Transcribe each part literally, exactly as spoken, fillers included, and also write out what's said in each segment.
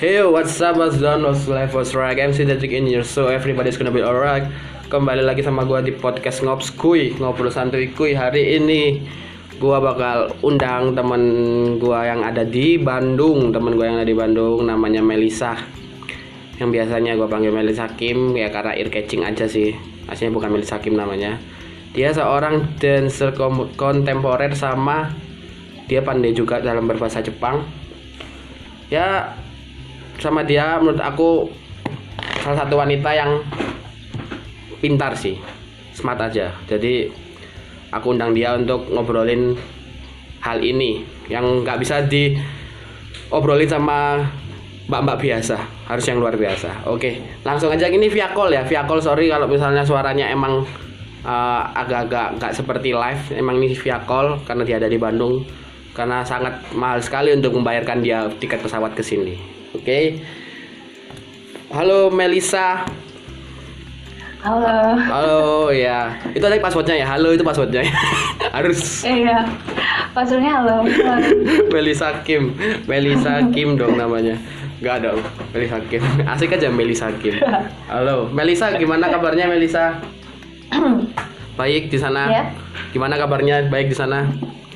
Hey, what's up, what's down, what's life, what's right? M C Detik in here, so everybody's gonna be alright. Kembali lagi sama gua di podcast Ngops Kuy, ngobrol santuy kuy. Hari ini gua bakal undang temen gua yang ada di Bandung, temen gua yang ada di Bandung, namanya Melisa. Yang biasanya gua panggil Melisa Kim, ya karena ear catching aja sih. Aslinya bukan Melisa Kim namanya. Dia seorang dancer kom- kontemporer sama dia pandai juga dalam berbahasa Jepang. Ya, sama dia menurut aku salah satu wanita yang pintar sih, smart aja. Jadi aku undang dia untuk ngobrolin hal ini yang nggak bisa diobrolin sama mbak-mbak biasa, harus yang luar biasa. Oke, langsung aja, ini via call ya, via call. Sorry kalau misalnya suaranya emang uh, agak-agak nggak seperti live, emang ini via call karena dia ada di Bandung, karena sangat mahal sekali untuk membayarkan dia tiket pesawat ke sini. Oke, okay. Halo Melisa. Halo. Halo, ya. Itu tadi passwordnya ya. Halo itu passwordnya. Harus. Iya. Passwordnya halo. Melisa Kim. Melisa Kim dong namanya. Enggak dong. Melisa Kim. Asik aja Melisa Kim. Halo, Melisa, gimana kabarnya Melisa? Baik di sana. Ya. Gimana kabarnya? Baik di sana.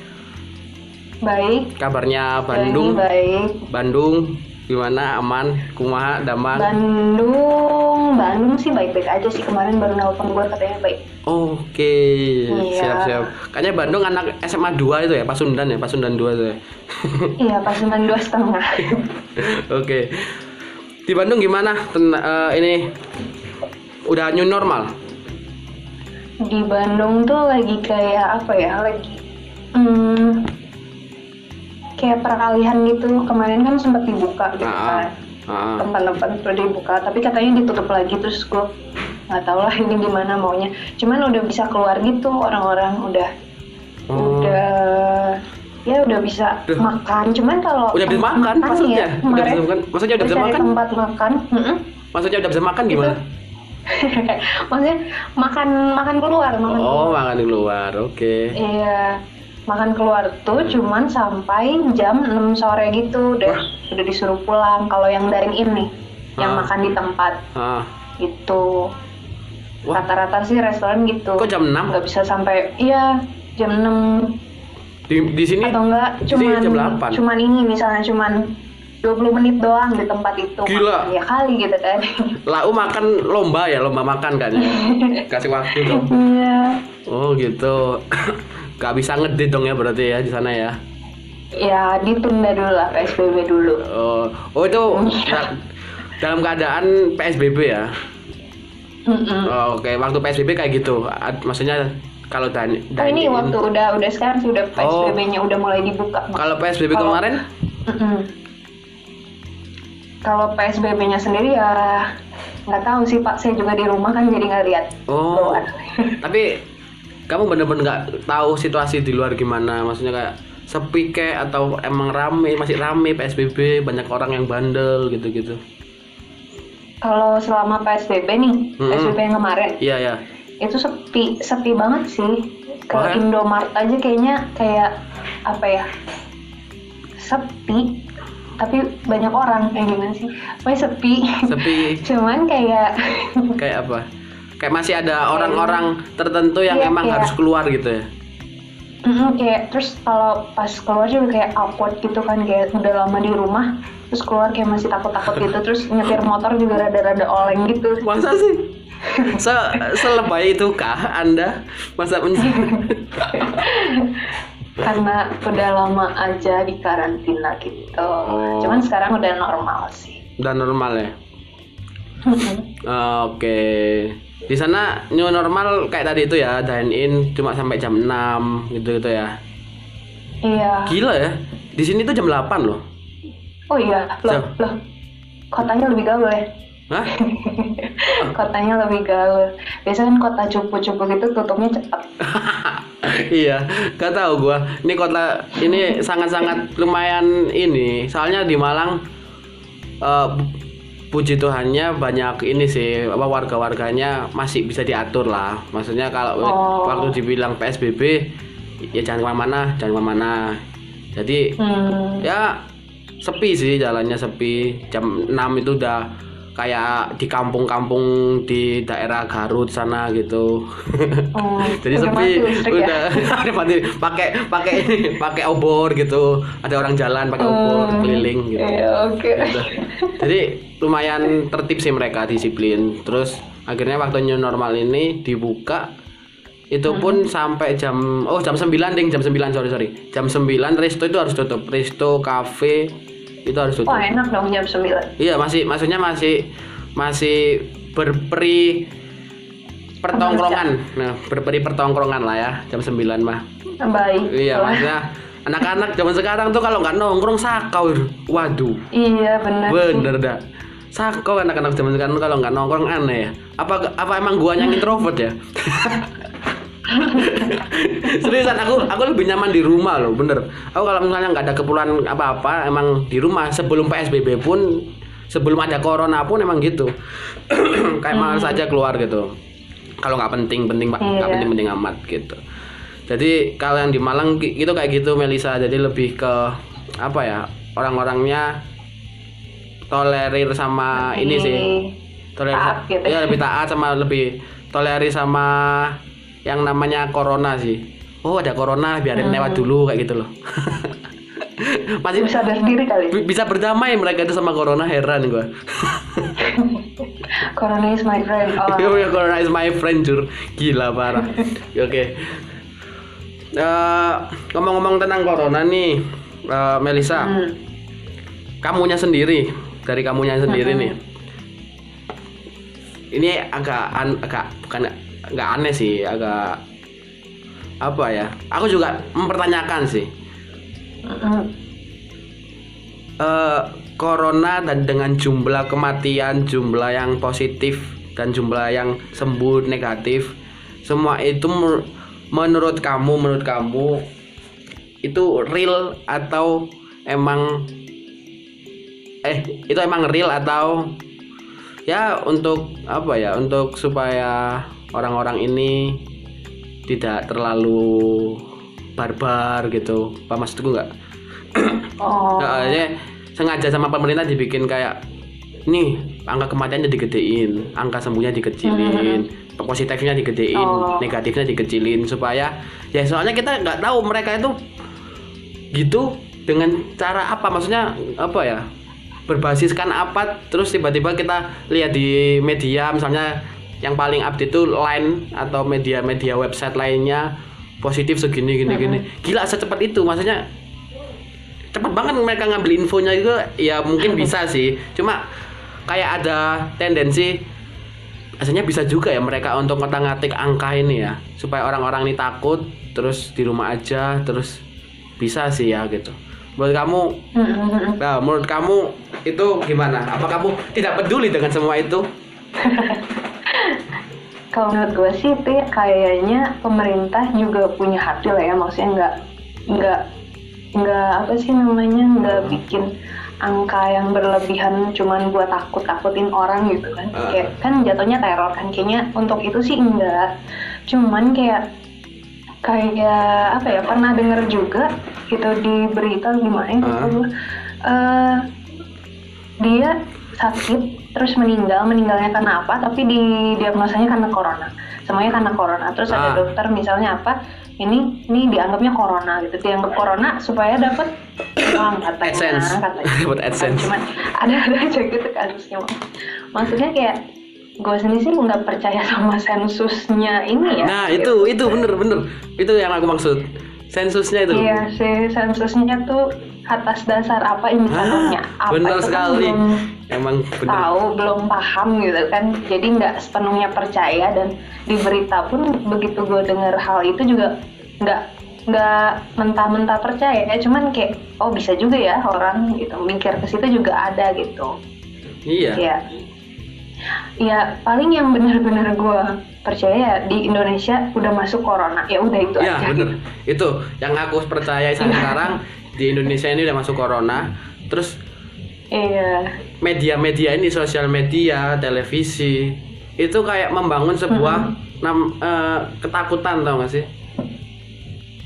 Baik. Kabarnya Bandung. Baik. Bandung gimana, aman, kumaha, damang? Bandung, Bandung sih baik-baik aja sih, kemarin baru nelpon gue katanya baik. Oke, iya. Siap-siap. Kayaknya Bandung anak S M A dua itu ya, Pasundan ya, Pasundan dua itu ya. Iya, Pasundan dua setengah. Oke. Di Bandung gimana? Ten- uh, ini udah new normal? Di Bandung tuh lagi kayak apa ya, lagi hmm, kayak peralihan gitu. Kemarin kan sempat dibuka gitu kan, ah, tempat-tempat udah dibuka, tapi katanya ditutup lagi. Terus gue nggak tahu lah ini gimana maunya. Cuman udah bisa keluar gitu orang-orang, udah oh. udah ya udah bisa Duh. makan. Cuman kalau udah bisa makan maksudnya? Ya, Udah bisa makan? Maksudnya udah bisa makan? Tempat makan. Mm-mm. Maksudnya udah bisa makan gimana? Gitu. Maksudnya makan makan keluar, makan Oh, keluar. makan di luar. Oke. Okay. Iya. Makan keluar tuh cuman sampai jam enam sore gitu, udah Wah. udah disuruh pulang. Kalau yang daring ini, yang Ah. makan di tempat, Ah. gitu. Wah. Rata-rata sih restoran gitu. Kok jam enam? Nggak bisa sampai, iya jam enam Di di sini atau enggak di sini cuman jam delapan. cuman ini misalnya cuman dua puluh menit doang di tempat itu. Gila. Ya kali gitu kan. Lau makan lomba ya, lomba makan kan ya. Kasih waktu dong. Iya. Oh gitu. Gak bisa ngedit dong ya berarti ya di sana ya. Ya ditunda dulu lah, P S B B dulu. Oh, oh itu da- dalam keadaan P S B B ya. Mm-mm. Oh, oke, waktu P S B B kayak gitu. Ad- Maksudnya kalau dan Oh ini waktu udah udah sekarang sih udah P S B B-nya udah mulai dibuka. Kalau P S B B Kalau- kemarin? Mm-mm. Kalau P S B B-nya sendiri ya nggak tahu sih Pak, saya juga di rumah kan jadi nggak lihat. Oh. Keluar. Tapi kamu bener-bener nggak tahu situasi di luar gimana? Maksudnya kayak sepi kayak atau emang rame, masih rame P S B B, banyak orang yang bandel gitu-gitu. Kalau selama P S B B nih, Mm-mm. P S B B yang kemarin, Iya ya. itu sepi, sepi banget sih. Ke Oh, ya? Indomaret aja kayaknya kayak apa ya? Sepi, tapi banyak orang, kayak gimana sih? Pokoknya sepi. Sepi. Cuman kayak Kayak apa? Kayak masih ada orang-orang tertentu yang Iya, emang kayak- harus keluar gitu ya. Mm, kayak terus kalau pas keluar juga kayak awkward gitu kan, kayak udah lama di rumah terus keluar kayak masih takut-takut gitu, terus nyetir motor juga rada-rada oleng gitu. Masa sih? Se selebay itukah Anda? Masa men- Karena udah lama aja di karantina gitu. Oh. Cuman sekarang udah normal sih. udah normal ya? Oke. Di sana new normal kayak tadi itu ya, dine in cuma sampai jam enam gitu-gitu ya. Iya. Gila ya. Di sini tuh jam delapan loh. Oh iya, loh, Jam. loh. Kotanya lebih gaul ya. Hah? Kotanya lebih gaul. Biasanya kan kota cupu-cupu gitu tutupnya cepat. Iya, gak tahu gua. Ini kota ini sangat-sangat lumayan ini. Soalnya di Malang eh, puji Tuhannya banyak ini sih, apa warga-warganya masih bisa diatur lah. Maksudnya kalau Oh. waktu dibilang P S B B ya jangan kemana-mana, jangan kemana-mana. Jadi Hmm. ya sepi sih, jalannya sepi. Jam enam itu udah kayak di kampung-kampung di daerah Garut sana gitu. Oh, Jadi udah sepi, mati listrik ya? udah ada mati pakai pakai ini, pakai obor gitu. Ada orang jalan pakai obor Hmm, keliling gitu. iya, oke. Gitu. Jadi lumayan tertib sih mereka, disiplin. Terus akhirnya waktu new normal ini dibuka itu pun sampai jam oh jam sembilan ding, jam sembilan sorry sorry. Jam sembilan resto itu harus tutup. Resto, kafe itu harus tutup. Wah, enak dong jam sembilan. Iya, masih maksudnya masih masih berperi pertongkrongan. Nah, berperi pertongkrongan lah ya jam sembilan mah. Baik. Iya, Wah. maksudnya anak-anak zaman sekarang tuh kalau nggak nongkrong sakau. Waduh. Iya, benar. Bener dah. Sakau anak-anak zaman sekarang kalau nggak nongkrong aneh ya. Apa apa emang guanya yang introvert ya? Seriusan aku aku lebih nyaman di rumah loh, bener. Aku kalau misalnya nggak ada keperluan apa-apa emang di rumah. Sebelum P S B B pun, sebelum ada corona pun emang gitu. Kayak malas aja keluar gitu. Kalau nggak penting penting pak, nggak Iya. penting penting amat gitu. Jadi kalau yang di Malang ki- itu kayak gitu Melisa. Jadi lebih ke apa ya, orang-orangnya tolerir sama ini sih. Tolerir Taat gitu. ya, lebih taat sama lebih tolerir sama yang namanya corona sih. Oh ada corona, biarin lewat dulu kayak gitu loh. Masih Bisa sadar diri kali. bi- bisa berdamai mereka itu sama corona, heran gua. Corona is my friend. Oh. Yo, corona is my friend jur. Gila parah. Oke. Eh, ngomong-ngomong tentang corona nih, eh, Melisa, Hmm. kamunya sendiri, dari kamunya sendiri nih. Ini agak an, agak bukan nggak aneh sih, agak apa ya? Aku juga mempertanyakan sih. Mm-mm. Eh, corona dan dengan jumlah kematian, jumlah yang positif dan jumlah yang sembuh negatif, semua itu mer- menurut kamu, menurut kamu itu real atau emang eh itu emang real atau ya untuk apa ya, untuk supaya orang-orang ini tidak terlalu barbar gitu, apa maksudku nggak? Oh. Nggak, ya, sengaja sama pemerintah dibikin kayak nih angka kematiannya digedein, angka sembuhnya dikecilin, positifnya digedein, Oh. negatifnya dikecilin supaya ya soalnya kita nggak tahu mereka itu gitu dengan cara apa, maksudnya apa ya, berbasiskan apa, terus tiba-tiba kita lihat di media misalnya yang paling update itu Line atau media-media website lainnya positif segini gini gini, gila secepat itu, maksudnya cepet banget mereka ngambil infonya juga. Ya mungkin bisa sih, cuma kayak ada tendensi aslinya bisa juga ya mereka untuk ngotak-ngatik angka ini ya supaya orang-orang ini takut terus di rumah aja, terus bisa sih ya gitu. Menurut kamu, Mm-mm. nah menurut kamu itu gimana? Apa kamu tidak peduli dengan semua itu? Kalau menurut gue sih itu ya kayaknya pemerintah juga punya hati lah ya, maksudnya nggak nggak nggak apa sih namanya, nggak bikin angka yang berlebihan cuman buat takut-takutin orang gitu kan. Uh. Kayak kan jatuhnya teror kan, kayaknya untuk itu sih enggak. Cuman kayak kayak apa ya, pernah denger juga gitu di berita gimana gitu Uh. gua. Eh, dia sakit terus meninggal, meninggalnya karena apa, tapi di diagnosanya karena corona, semuanya karena corona. Terus ada Ah. dokter misalnya apa, ini ini dianggapnya corona gitu, dianggap corona supaya dapat uang katanya, AdSense. katanya. Dapat AdSense. Cuman ada ada aja gitu kasusnya. Maksudnya kayak gue sendiri sih nggak percaya sama sensusnya ini ya. Nah gitu. itu itu bener-bener itu yang aku maksud, sensusnya itu. Iya sih, sensusnya tuh atas dasar apa indikatornya, Ah, apa bener itu kan sekali. belum Emang bener. tahu, belum paham gitu kan, jadi nggak sepenuhnya percaya. Dan di berita pun begitu gue dengar hal itu juga nggak nggak mentah-mentah percaya ya, cuman kayak oh bisa juga ya orang gitu mikir ke situ juga ada gitu. Iya. Ya, ya paling yang benar-benar gue percaya di Indonesia udah masuk corona, ya udah itu Iya aja. bener. Itu yang aku percaya sampai sekarang, di Indonesia ini udah masuk corona. Terus Iya. media-media ini, sosial media, televisi, itu kayak membangun sebuah nam, eh, ketakutan, tau gak sih?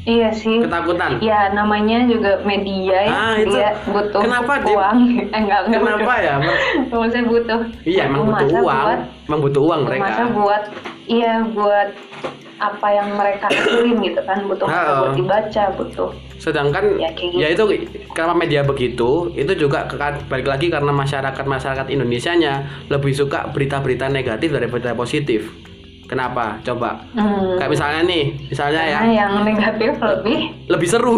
Iya sih. Ketakutan. Ya namanya juga media ya. Ah, itu. Dia butuh Kenapa dia- uang. Eh, enggak, enggak Kenapa butuh. ya? Maksudnya butuh. Iya, emang butuh Masa uang. Buat, Emang butuh uang mereka. masa buat iya buat apa yang mereka hasilin gitu kan, butuh masa Ha-ha. buat dibaca, butuh. Sedangkan Ya, kayak gitu. ya itu karena media begitu, itu juga ke- balik lagi karena masyarakat masyarakat Indonesianya lebih suka berita-berita negatif daripada positif. Kenapa? Coba. Hmm. Kayak misalnya nih, misalnya ya, Karena yang negatif lebih lebih seru.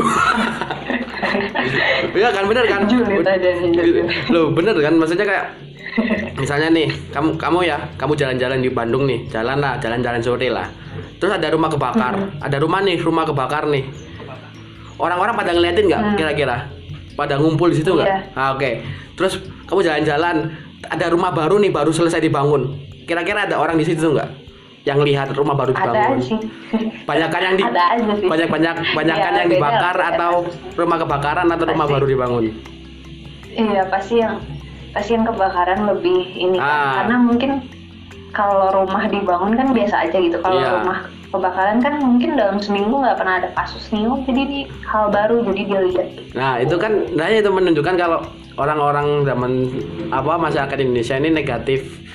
Iya kan, bener kan? julid aja nih. julid. Loh, bener kan? Maksudnya kayak misalnya nih, kamu kamu ya, kamu jalan-jalan di Bandung nih, jalan lah, jalan-jalan sore lah. Terus ada rumah kebakar, ada rumah nih, rumah kebakar nih. Orang-orang pada ngeliatin nggak Hmm. kira-kira? Pada ngumpul di situ nggak? Iya. Ah, oke. Terus kamu jalan-jalan, ada rumah baru nih, baru selesai dibangun. Kira-kira ada orang di situ nggak? Yang lihat rumah baru Ada dibangun. sih. Banyakan yang di Ada aja sih. banyak-banyak banyakan Ya, yang beda dibakar lah, atau beda. rumah kebakaran atau rumah Pasti. baru dibangun. Iya pasti yang pasti yang kebakaran lebih ini kan. Ah. Karena mungkin kalau rumah dibangun kan biasa aja gitu. Kalau Iya. rumah kebakaran kan mungkin dalam seminggu nggak pernah ada kasus nih. Oh, jadi ini hal baru jadi dia lihat. Nah, itu kan nah itu menunjukkan kalau orang-orang zaman apa masyarakat Indonesia ini negatif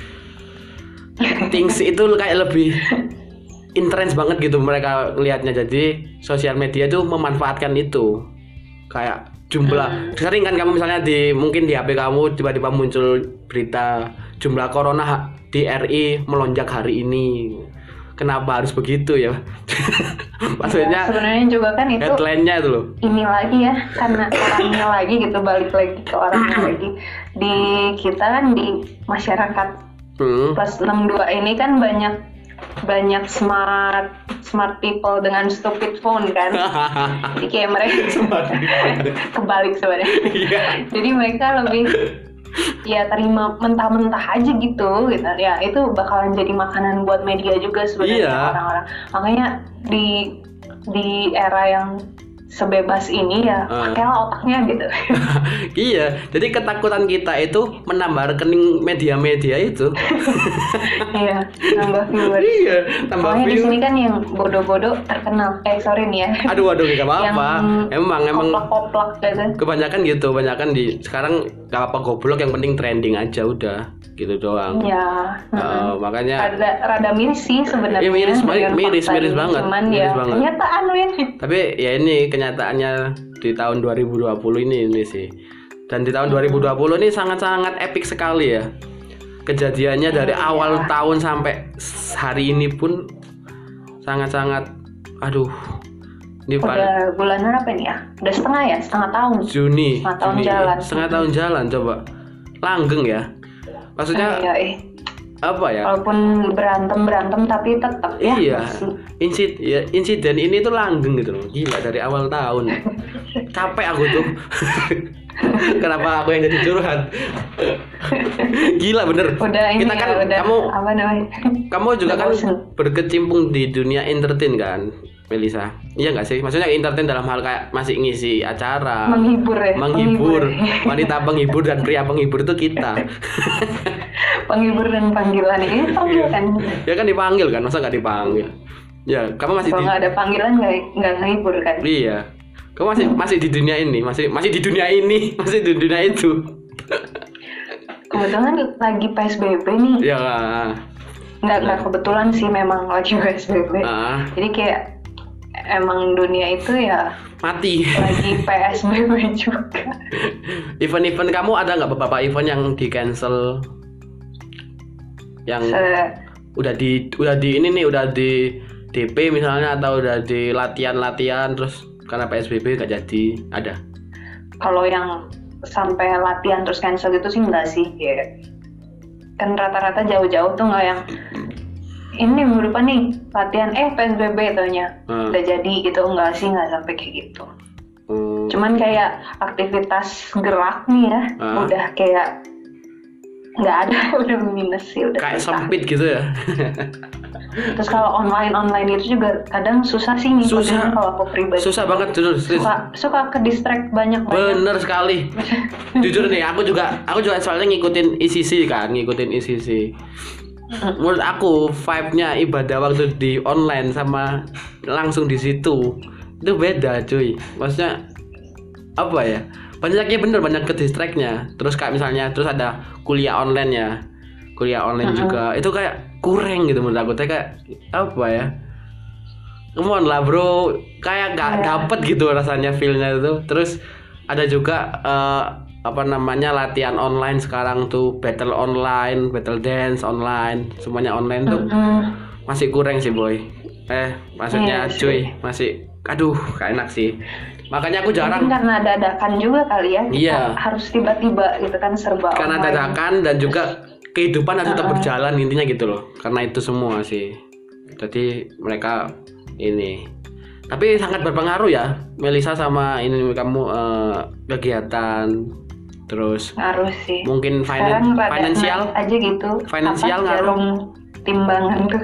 things itu kayak lebih intens banget gitu mereka lihatnya. Jadi sosial media itu memanfaatkan itu. Kayak jumlah sering kan kamu misalnya di mungkin di H P kamu tiba-tiba muncul berita jumlah corona di R I melonjak hari ini. Kenapa harus begitu ya? Maksudnya Ya, sebenarnya juga kan itu headline-nya itu loh. ini lagi ya karena orangnya lagi gitu, balik lagi ke orangnya lagi. Di kita kan di masyarakat Hmm. plus enam puluh dua ini kan banyak banyak smart smart people dengan stupid phone kan. Jadi kayak mereka kebalik sebenarnya. Iya. Jadi mereka lebih ya terima mentah-mentah aja gitu gitu. Ya itu bakalan jadi makanan buat media juga sebenarnya Iya. orang-orang. Makanya di di era yang sebebas ini ya Ah. pakailah otaknya gitu. Iya, jadi ketakutan kita itu menambah rekening media-media itu. Iya, nambah viewer. Iya, tambah Makanya di view. sini kan yang bodoh-bodoh terkenal. Eh sorry nih ya. Aduh, aduh, nggak apa-apa. Yang Emang, emang koplak-koplak gitu. kebanyakan gitu, kebanyakan di sekarang nggak apa goblok, yang penting trending aja udah, gitu doang. Ya, Eh, makanya, rada, rada miris sih sebenarnya. Iya, miris, dengan miris, fakta miris ini. banget, Cuman miris ya banget. kenyataan Win. tapi ya ini kenyataannya di tahun dua ribu dua puluh ini ini sih. Dan di tahun dua ribu dua puluh ini sangat-sangat epic sekali ya. Kejadiannya dari Iya. awal tahun sampai hari ini pun sangat-sangat, aduh, ini paling Udah bulanan apa ini ya? Udah setengah ya, setengah tahun. Juni, Setengah tahun Juni, jalan. setengah tahun jalan coba, langgeng ya. Maksudnya Iya, eh. apa ya? Walaupun berantem berantem tapi tetap ya. Iya, masih. insiden, ya, insiden ini tuh langgeng gitu loh, gila dari awal tahun. Capek aku tuh. Kenapa aku yang jadi curhat? Gila bener. Udah ini Kita ya, kan udah kamu apa namanya? kamu juga Udah kan bosen. berkecimpung di dunia entertain kan, Melisa? Iya nggak sih? Maksudnya entertain dalam hal kayak masih ngisi acara, Menghibur ya. menghibur, ya. wanita penghibur dan pria penghibur itu kita. Penghibur dan panggilan ini panggilan. Ya kan dipanggil kan, masa nggak dipanggil? Ya, kamu masih Kalau di nggak ada panggilan nggak nggak ngehibur kan? iya. Kamu masih masih di dunia ini, masih masih di dunia ini, masih di dunia itu. Kebetulan lagi P S B B nih. Ya lah. Nggak nggak kebetulan sih memang lagi P S B B. Ah, Jadi kayak emang dunia itu ya mati. lagi P S B B juga. Event-event kamu ada nggak beberapa event yang di cancel? Yang Se- udah di udah di ini nih udah di D P misalnya, atau udah di latihan-latihan terus karena P S B B gak jadi, ada? Kalau yang sampai latihan terus cancel gitu sih enggak sih ya. Kan rata-rata jauh-jauh tuh nggak yang ini minggu depan nih latihan eh P S B B taunya Hmm. udah jadi gitu, enggak sih, nggak sampai kayak gitu. Hmm. Cuman kayak aktivitas gerak nih ya Ah. udah kayak nggak ada, udah minus sih, udah Kayak susah. sempit gitu ya. Terus kalau online online itu juga kadang susah sih nih Susah. kalau aku pribadi. Susah banget jujur. serius. Suka suka ke distract banyak banyak. Bener sekali. Jujur nih, aku juga aku juga soalnya ngikutin I C C kan, ngikutin I C C. Menurut aku vibe-nya ibadah waktu di online sama langsung di situ itu beda cuy, maksudnya apa ya, banyaknya bener banyak ke distract-nya. Terus kayak misalnya terus ada kuliah online ya, kuliah online uh-huh. juga itu kayak kurang gitu menurut aku, kayak apa ya, come on lah bro, kayak gak dapet gitu rasanya feel-nya itu. Terus ada juga uh, apa namanya latihan online sekarang tuh, battle online, battle dance online, semuanya online tuh uh-huh. masih kurang sih boy. Eh maksudnya yeah, cuy sih. Masih aduh gak enak sih, makanya aku jarang. Mungkin karena dadakan juga kali ya, iya. harus tiba-tiba gitu kan, serba karena online. Dadakan dan juga kehidupan harus uh-uh. tetap berjalan intinya gitu loh, karena itu semua sih. Jadi mereka ini, tapi sangat berpengaruh ya Melisa sama ini kamu uh, kegiatan. Terus ngaruh sih mungkin finan- finansial aja gitu, finansial ngaruh, jarum timbangan tuh.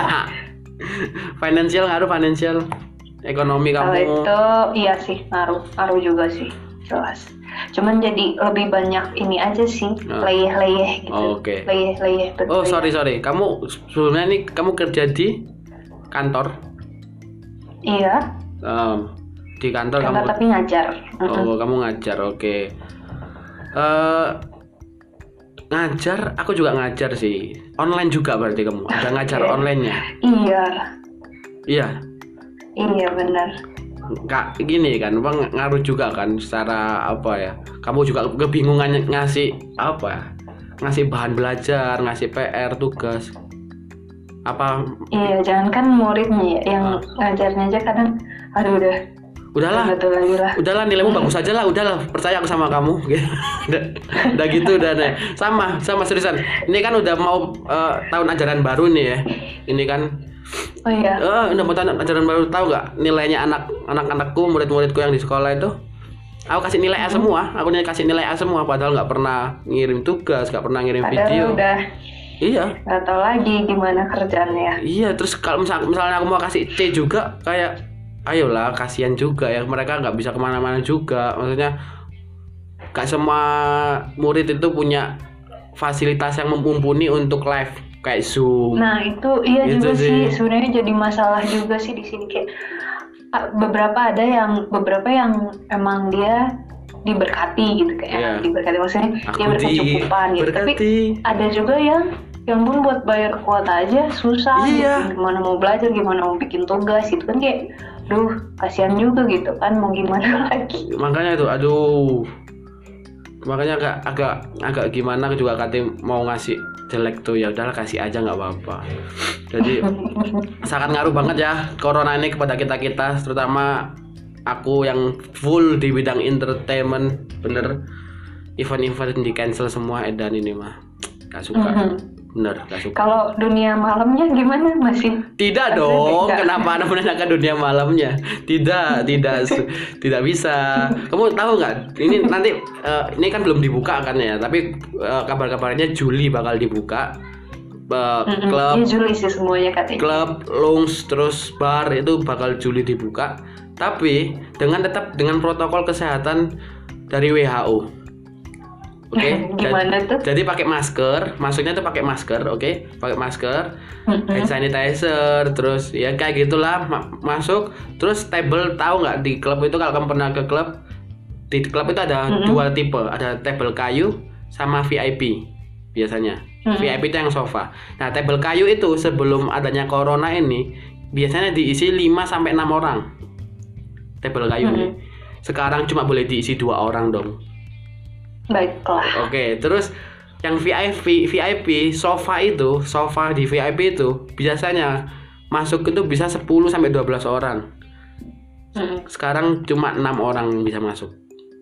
Finansial ngaruh, finansial ekonomi kamu. Kalau itu iya sih ngaruh, ngaruh juga sih jelas. Cuman jadi lebih banyak ini aja sih, oh. leyeh-leyeh gitu. Oh, Oke. Okay. Leyeh-leyeh. Oh sorry sorry, kamu sebelumnya nih kamu kerja di kantor? Iya. Um, di kantor, kantor kamu. Tapi ngajar. Oh uh-huh. kamu ngajar, oke. Okay. Uh, ngajar, aku juga ngajar sih. Online juga berarti kamu. Ada ngajar okay. online-nya? Iya. Iya. Iya benar. Kak, gini kan, bang ngaruh juga kan secara apa ya? Kamu juga kebingungan ngasih apa? Ngasih bahan belajar, ngasih P R, tugas. Apa? Iya, jangan kan muridnya ya, yang ah. ngajarnya aja kadang, aduh udah. Udahlah, udahlah nilaimu bagus aja lah, udahlah percaya aku sama kamu, udah, udah gitu udah deh, sama sama seriusan. Ini kan udah mau uh, tahun ajaran baru nih ya, ini kan. Oh iya. Uh, udah mau tahun ajaran baru, tahu nggak nilainya anak anak-anakku, murid-muridku yang di sekolah itu, aku kasih nilai A semua, aku kasih nilai A semua, padahal nggak pernah ngirim tugas, nggak pernah ngirim padahal video. Udah. Iya. Nggak tahu lagi gimana kerjaannya. Iya, terus kalau misal, misalnya aku mau kasih C juga kayak. Ayolah, kasihan juga ya, mereka nggak bisa kemana-mana juga. Maksudnya gak semua murid itu punya fasilitas yang mumpuni untuk live kayak Zoom. Nah itu iya gitu juga sih, sih. Sebenarnya jadi masalah juga sih di sini, kayak beberapa ada yang beberapa yang emang dia diberkati gitu, kayak yeah. diberkati maksudnya Aku dia berkecukupan gitu. Tapi ada juga yang yang pun buat bayar kuota aja susah iya. gitu. Gimana mau belajar, gimana mau bikin tugas gitu kan, kayak duh kasihan juga gitu kan, mau gimana lagi. Makanya itu aduh, makanya agak agak agak gimana juga katanya mau ngasih jelek tuh, ya udahlah kasih aja nggak apa-apa. Jadi sangat ngaruh banget ya corona ini kepada kita kita, terutama aku yang full di bidang entertainment, bener event-event di cancel semua, edan ini mah gak suka. Mm-hmm. Bener, gak suka. Kalau dunia malamnya gimana, masih? Tidak dong, tidak. Kenapa Anda menanyakan dunia malamnya? Tidak, tidak, tidak bisa. Kamu tahu nggak? Ini nanti uh, ini kan belum dibuka kan ya, tapi uh, kabar-kabarnya Juli bakal dibuka. Uh, mm-hmm. Klub, ya, Juli sih semuanya katanya. Klub, lounge, terus bar itu bakal Juli dibuka, tapi dengan tetap dengan protokol kesehatan dari W H O. Oke, okay? Gimana jadi, tuh? Jadi pakai masker, masuknya tuh pakai masker, oke? Okay? Pakai masker, mm-hmm. hand sanitizer, terus ya kayak gitulah ma- masuk. Terus table, tahu nggak di klub itu, kalau kamu pernah ke klub, di klub itu ada mm-hmm. dua tipe, ada table kayu sama V I P biasanya. Mm-hmm. V I P itu yang sofa. Nah, table kayu itu sebelum adanya corona ini biasanya diisi lima sampai enam orang. Table kayu mm-hmm. ini. Sekarang cuma boleh diisi dua orang dong. Baiklah. Oke, terus yang V I P, V I P sofa itu, sofa di V I P itu biasanya masuk itu bisa sepuluh sampai dua belas orang. Hmm. Sekarang cuma enam orang bisa masuk.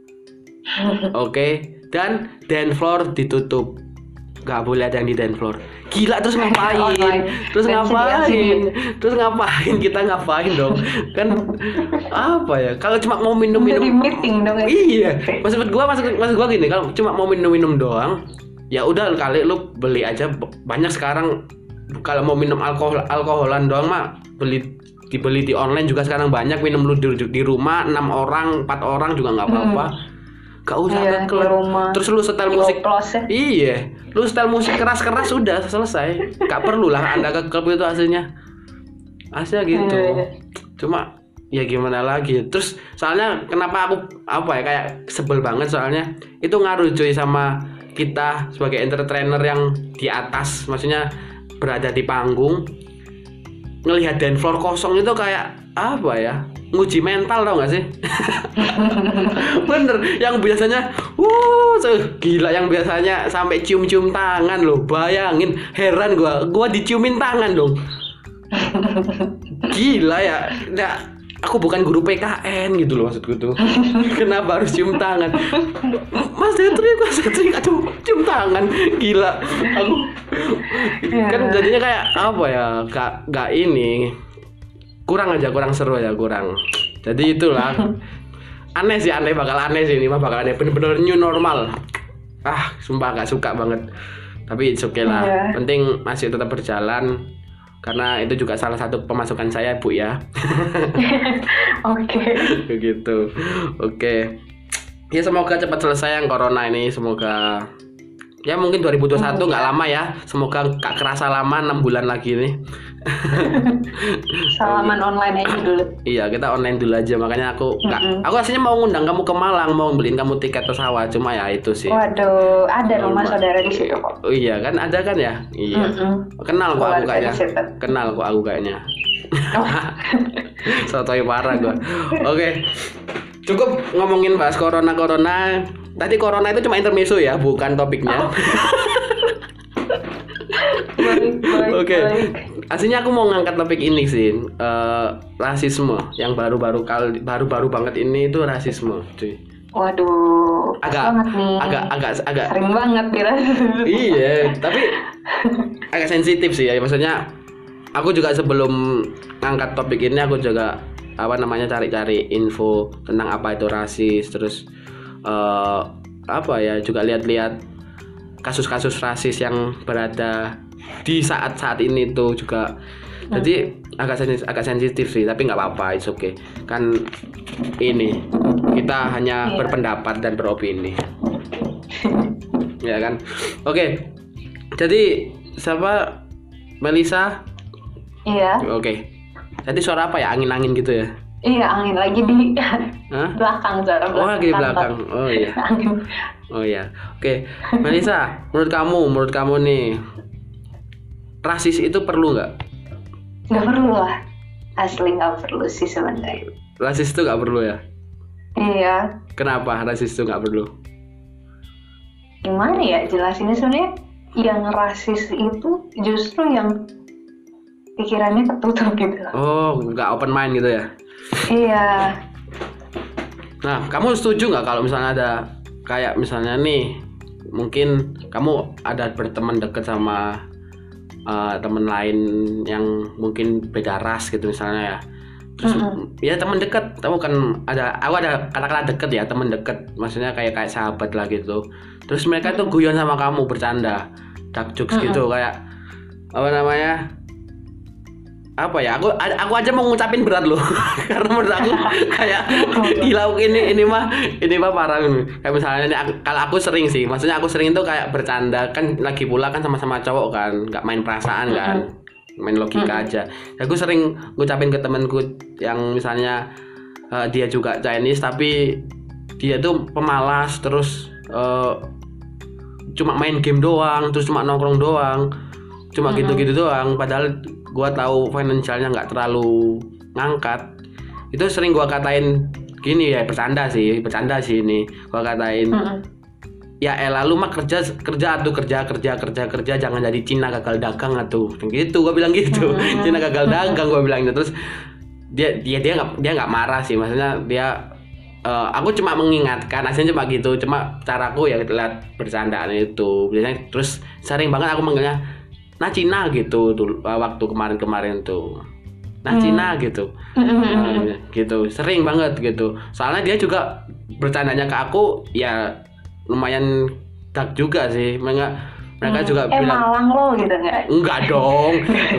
Oke, dan dance floor ditutup. Gak boleh ada yang di dance floor. Gila, terus ngapain? Terus ngapain? Terus ngapain? Kita ngapain dong? Kan apa ya? Kalau cuma mau minum-minum meeting dong. Iya. Maksud gua maksud maksud gua gini, kalau cuma mau minum-minum doang, ya udah kali lu beli aja. Banyak sekarang kalau mau minum alkohol alkoholan doang mah beli dibeli di online juga sekarang banyak. Minum lu di, di rumah enam orang, empat orang juga enggak apa-apa. Hmm. Gak usah iya, ke klub. Terus lu setel musik. Ya. Iya. Lu setel musik keras-keras udah selesai. Gak perlu lah Anda ke klub itu hasilnya. Hasilnya gitu. Iya, iya. Cuma ya gimana lagi. Terus soalnya kenapa aku apa ya kayak sebel banget soalnya itu ngaruh cuy sama kita sebagai entertainer yang di atas, maksudnya berada di panggung ngelihat dance floor kosong itu kayak apa ya, nguji mental tau gak sih? Bener, yang biasanya wuh gila, yang biasanya sampai cium-cium tangan loh, bayangin, heran gua gua diciumin tangan dong. Gila ya, nah, aku bukan guru P K N gitu loh maksudku tuh. Kenapa harus cium tangan? Mas Detri, Mas Detri, aduh cium tangan, gila. Aku kan jadinya kayak apa ya, gak, gak ini, kurang aja, kurang seru ya, kurang. Jadi itulah, aneh sih, aneh, bakal aneh sih ini mah, bakal aneh, bener-bener new normal. Ah, sumpah gak suka banget. Tapi it's okay lah, yeah. Penting masih tetap berjalan. Karena itu juga salah satu pemasukan saya, Bu ya. Oke. Begitu. Oke. Ya semoga cepat selesai yang corona ini, semoga ya mungkin dua ribu dua puluh satu nggak hmm. lama ya. Semoga gak kerasa lama, enam bulan lagi nih. Salaman online aja dulu. Iya, kita online dulu aja. Makanya aku nggak, mm-hmm. aku aslinya mau ngundang kamu ke Malang, mau beliin kamu tiket pesawat, cuma ya itu sih. Waduh, ada rumah saudara di situ kok. Oh iya kan, ada kan ya? Iya. Mm-hmm. Kenal kok aku kayaknya. Kenal kok aku kayaknya. Oh. Sotoy parah gua. Oke. Cukup ngomongin bahas corona-corona. Tadi corona itu cuma intermezzo ya, bukan topiknya. Oh. Oke, okay. Aslinya aku mau ngangkat topik ini sih, uh, rasisme yang baru-baru kali, baru-baru banget ini itu rasisme, cuy. Waduh, agak, nih. agak, agak, agak, sering banget kira. Iya, tapi agak sensitif sih ya, maksudnya. Aku juga sebelum ngangkat topik ini, aku juga apa namanya cari-cari info tentang apa itu rasis, terus uh, apa ya, juga lihat-lihat kasus-kasus rasis yang berada di saat-saat ini tuh juga. Jadi hmm. agak sensitif, agak sensitif sih, tapi nggak apa-apa, it's okay. Kan ini kita hanya yeah. berpendapat dan beropini. Ya kan? Oke. Okay. Jadi siapa? Melisa? Iya. Oke. Okay. Jadi suara apa ya? Angin-angin gitu ya? Iya, angin lagi di Hah? belakang, suara belakang. Oh, lagi di belakang. Oh iya. Angin. Oh iya. Oke. Okay. Melisa, menurut kamu, menurut kamu nih, rasis itu perlu nggak? Nggak perlu lah. Asli nggak perlu sih sebenarnya. Rasis itu nggak perlu ya? Iya. Kenapa rasis itu nggak perlu? Gimana ya jelasinnya, sebenarnya yang rasis itu justru yang pikirannya tertutup gitu. Oh, nggak open mind gitu ya? Iya. Nah, kamu setuju nggak kalau misalnya ada kayak misalnya nih, mungkin kamu ada berteman dekat sama uh, teman lain yang mungkin beda ras gitu misalnya ya. Terus mm-hmm. ya teman dekat, kamu kan ada, aku ada kata-kata deket ya, teman dekat, maksudnya kayak kayak sahabat lah gitu. Terus mereka mm-hmm. tuh guyon sama kamu, bercanda, dark jokes mm-hmm. gitu, kayak apa namanya? Apa ya, aku aku aja mau ngucapin berat loh. Karena menurut aku kayak gila, ini ini mah ini mah parah nih. Kayak misalnya nih, aku, kalau aku sering sih, maksudnya aku sering tuh kayak bercanda, kan lagi pula kan sama-sama cowok kan, nggak main perasaan kan, main logika aja. Aku sering ngucapin ke temanku yang misalnya uh, dia juga Chinese tapi dia tuh pemalas, terus uh, cuma main game doang, terus cuma nongkrong doang, cuma gitu-gitu doang, padahal gua tahu finansialnya nggak terlalu ngangkat. Itu sering gua katain gini ya, bercanda sih, bercanda sih ini. Gua katain, mm-hmm. ya elah lu mah kerja kerja atuh, kerja kerja kerja kerja, jangan jadi Cina gagal dagang atuh. Gitu gua bilang gitu. Mm-hmm. Cina gagal dagang gua bilang gitu. Terus dia dia dia nggak dia nggak marah sih, maksudnya dia uh, aku cuma mengingatkan, aslinya cuma gitu, cuma caraku ya lihat bercandaan itu. Biasanya terus sering banget aku manggilnya nah Cina gitu tuh, waktu kemarin-kemarin tuh nah hmm. Cina gitu nah, gitu sering banget gitu, soalnya dia juga bercandanya ke aku ya lumayan dark juga sih. Mereka mereka hmm. juga eh, bilang Malang lo gitu nggak? Enggak dong.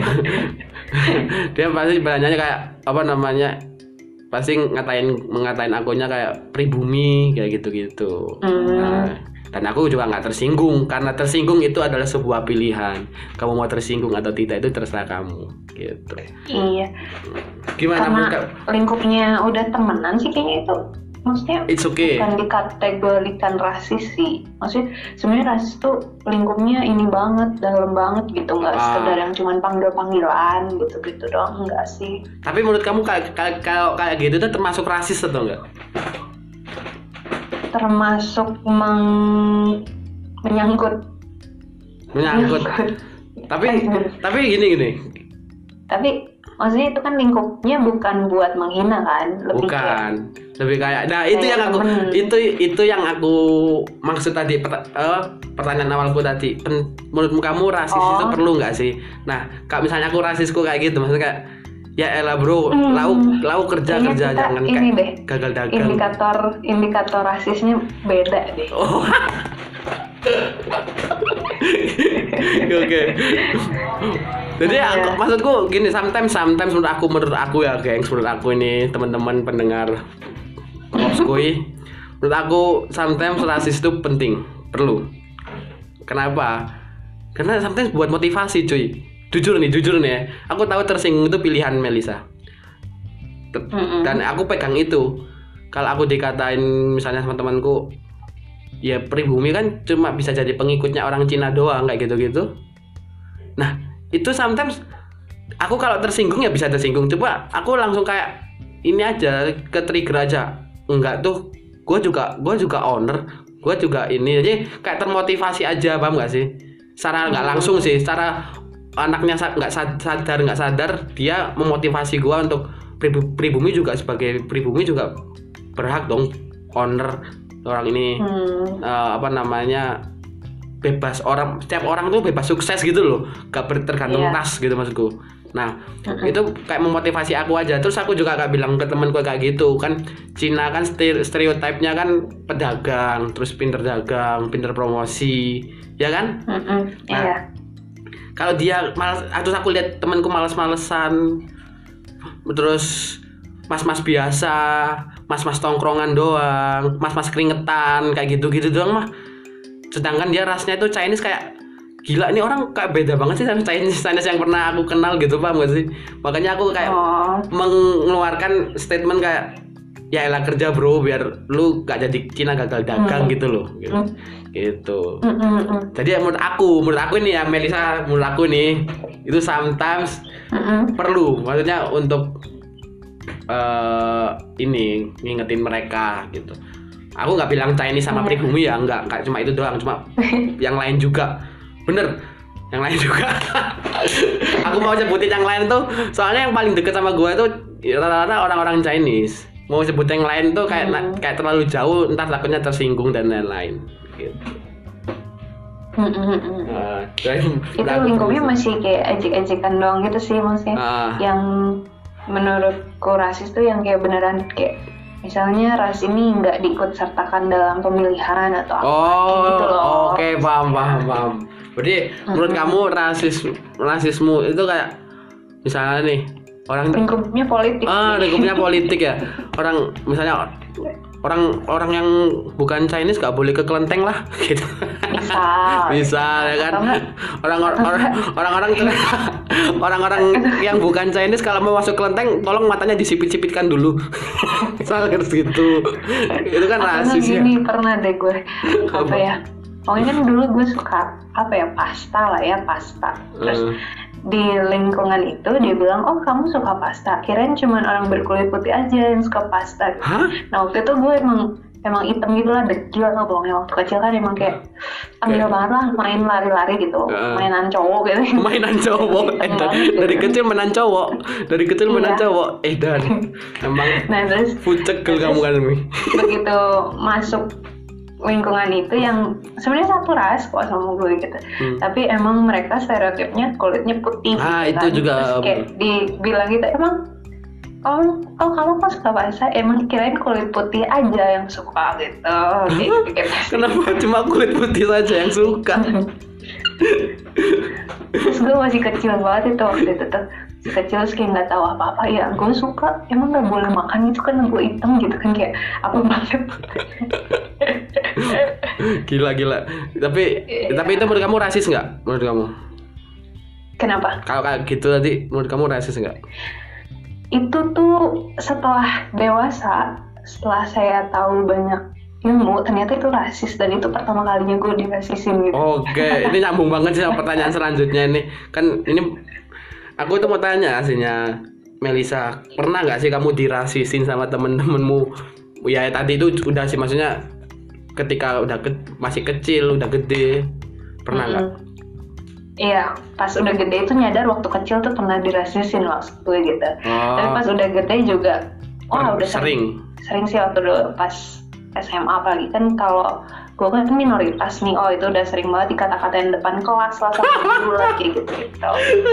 Dia pasti bercandanya kayak apa namanya, pasti ngatain mengatain akunya kayak pribumi kayak gitu-gitu. hmm. Nah, Dan aku juga nggak tersinggung, karena tersinggung itu adalah sebuah pilihan. Kamu mau tersinggung atau tidak itu terserah kamu gitu. Iya. Gimana Karena menurut- lingkupnya udah temenan sih kayaknya itu. Maksudnya It's okay. bukan dikategorikan rasis sih. Maksudnya sebenarnya rasis tuh lingkupnya ini banget, dalam banget gitu, nggak Ah. sekedar yang cuman panggil-panggilan gitu-gitu doang, enggak sih. Tapi menurut kamu kayak kayak kalau kayak gitu tuh termasuk rasis atau enggak? Termasuk meng- menyangkut Menyangkut. Tapi tapi gini gini. Tapi maksudnya itu kan lingkupnya bukan buat menghina kan, lebih kayak Bukan. Lebih kayak nah itu kayak yang aku temen. itu itu yang aku maksud tadi pert- eh, pertanyaan awalku tadi. Pen, menurutmu kamu rasis Oh. itu perlu nggak sih? Nah, kalau misalnya aku rasisku kayak gitu maksudnya kayak ya elah bro, Hmm. lau lau kerja Kayaknya kerja kita jangan ini kayak deh, gagal dagang. indikator indikator rasisnya beda deh. Oh. Oke. Jadi Iya. aku, maksudku gini, sometimes sometimes menurut aku menurut aku ya gengs, menurut aku ini teman-teman pendengar Ngopskui, menurut aku sometimes rasis itu penting, perlu. Kenapa? Karena sometimes buat motivasi cuy. Jujur nih, jujur nih ya. Aku tahu tersinggung itu pilihan Melisa. T- Mm-mm. Dan aku pegang itu. Kalau aku dikatain misalnya sama temanku, ya pribumi kan cuma bisa jadi pengikutnya orang Cina doang kayak gitu-gitu. Nah itu sometimes aku kalau tersinggung ya bisa tersinggung. Coba aku langsung kayak ini aja, ke trigger aja. Enggak tuh, gue juga gue juga owner, gue juga ini. Jadi kayak termotivasi aja, paham nggak sih? Secara nggak langsung sih, secara anaknya sa- nggak sad- sadar nggak sadar dia memotivasi gue untuk pribu- pribumi juga sebagai pribumi juga berhak dong owner orang ini. Hmm. eh, apa namanya bebas, orang setiap orang tuh bebas sukses gitu loh, gak ber- tergantung Iya. tas gitu maksudku. Nah Mm-mm. itu kayak memotivasi aku aja. Terus aku juga gak bilang ke temanku kayak gitu kan, Cina kan stere- stereotipnya kan pedagang, terus pinter dagang, pinter promosi, ya kan? Mm-mm. Nah, Iya. Kalau dia malas, terus aku lihat temanku malas-malesan, terus mas-mas biasa, mas-mas tongkrongan doang, mas-mas keringetan kayak gitu-gitu doang mah. Sedangkan dia rasnya itu Chinese kayak gila, ini orang kayak beda banget sih sama Chinese Chinese yang pernah aku kenal gitu, paham gak sih? Makanya aku kayak Oh. mengeluarkan statement kayak ya elah kerja bro biar lu gak jadi Cina gagal dagang Hmm. gitu loh gitu. Hmm. Gitu. Mm-mm. Jadi ya menurut aku, menurut aku ini ya Melisa, menurut aku nih itu sometimes Mm-mm. perlu, maksudnya untuk eh ini ngingetin mereka gitu. Aku nggak bilang Chinese sama Iya. pribumi ya, nggak, nggak cuma itu doang, cuma yang lain juga, bener, yang lain juga. Aku mau sebutin yang lain tuh, soalnya yang paling deket sama gue tuh rata-rata orang-orang Chinese. Mau sebut yang lain tuh kayak Hmm. kayak terlalu jauh, ntar takutnya tersinggung dan lain-lain. Gitu. Mm-mm. Nah, dan- Itu dan- lingkupnya masih kayak ejek-ejekan doang gitu sih maksudnya. Ah. Yang menurutku rasis tuh yang kayak beneran kayak misalnya ras ini nggak diikut sertakan dalam pemilihan atau apa kayak gitu loh. Oh, oke, paham, paham, paham. Berarti menurut Mm-mm. kamu rasis rasismu itu kayak misalnya nih orang Lingkupnya politik. ah sih. lingkupnya politik ya. Orang misalnya orang orang yang bukan Chinese gak boleh ke kelenteng lah gitu. Misal. Bisa ya kan. Atau enggak, Orang-orang orang-orang orang-orang yang bukan Chinese kalau mau masuk kelenteng tolong matanya disipit-sipitkan dulu. Soalnya harus gitu. Itu kan atau enggak rasis ya. gini pernah deh gue apa ya? Pokoknya kan dulu gue suka apa ya pasta lah ya pasta. Terus Hmm. di lingkungan itu dia bilang, oh kamu suka pasta, kirain cuman orang berkulit putih aja yang suka pasta. Hah? Nah waktu itu gue emang emang hitam gitu lah, dekil lah bohongnya. Waktu kecil kan emang kayak tanggal banget lah main lari-lari gitu, Uh. mainan cowok gitu. Mainan cowok Hitam eh, banget gitu. dari kecil mainan cowok dari kecil mainan Iya. cowok eh dan emang Nah terus fucek kamu kan Mi. begitu masuk lingkungan itu yang sebenarnya satu ras kok sama gue gitu, Hmm. tapi emang mereka stereotipnya kulitnya putih. Ah, gitu itu kan. juga, Terus kayak dibilang gitu, emang kamu oh kamu kok suka pasta, emang kirain kulit putih aja yang suka gitu. Kayak gitu. Kenapa cuma kulit putih saja yang suka? Terus gue masih kecil banget itu waktu itu tuh, masih kecil terus kayak nggak tahu apa-apa ya, gue suka emang nggak boleh makan itu kan gue hitam gitu kan, kayak apa banget. Gila gila. Tapi Iya. tapi itu menurut kamu rasis nggak? Menurut kamu? Kenapa? Kalau kayak gitu tadi menurut kamu rasis nggak? Itu tuh setelah dewasa, setelah saya tahu banyak ilmu, ternyata itu rasis dan itu pertama kalinya gue dirasisin gitu. Oke, ini nyambung banget sih sama pertanyaan selanjutnya ini. Kan ini aku tuh mau tanya aslinya, Melisa, pernah nggak sih kamu dirasisin sama temen-temenmu? Ya tadi itu udah sih, maksudnya ketika udah ke, masih kecil, udah gede, pernah nggak? Mm-mm. Iya, pas udah gede itu nyadar waktu kecil tuh pernah dirasisin maksud gue gitu. Oh. Tapi pas udah gede juga, wah udah Sering. sering sih waktu dulu pas S M A apalagi kan kalau gue kan minoritas nih, oh itu udah sering banget dikata-katain depan kelas lah sama guru lah kayak gitu gitu.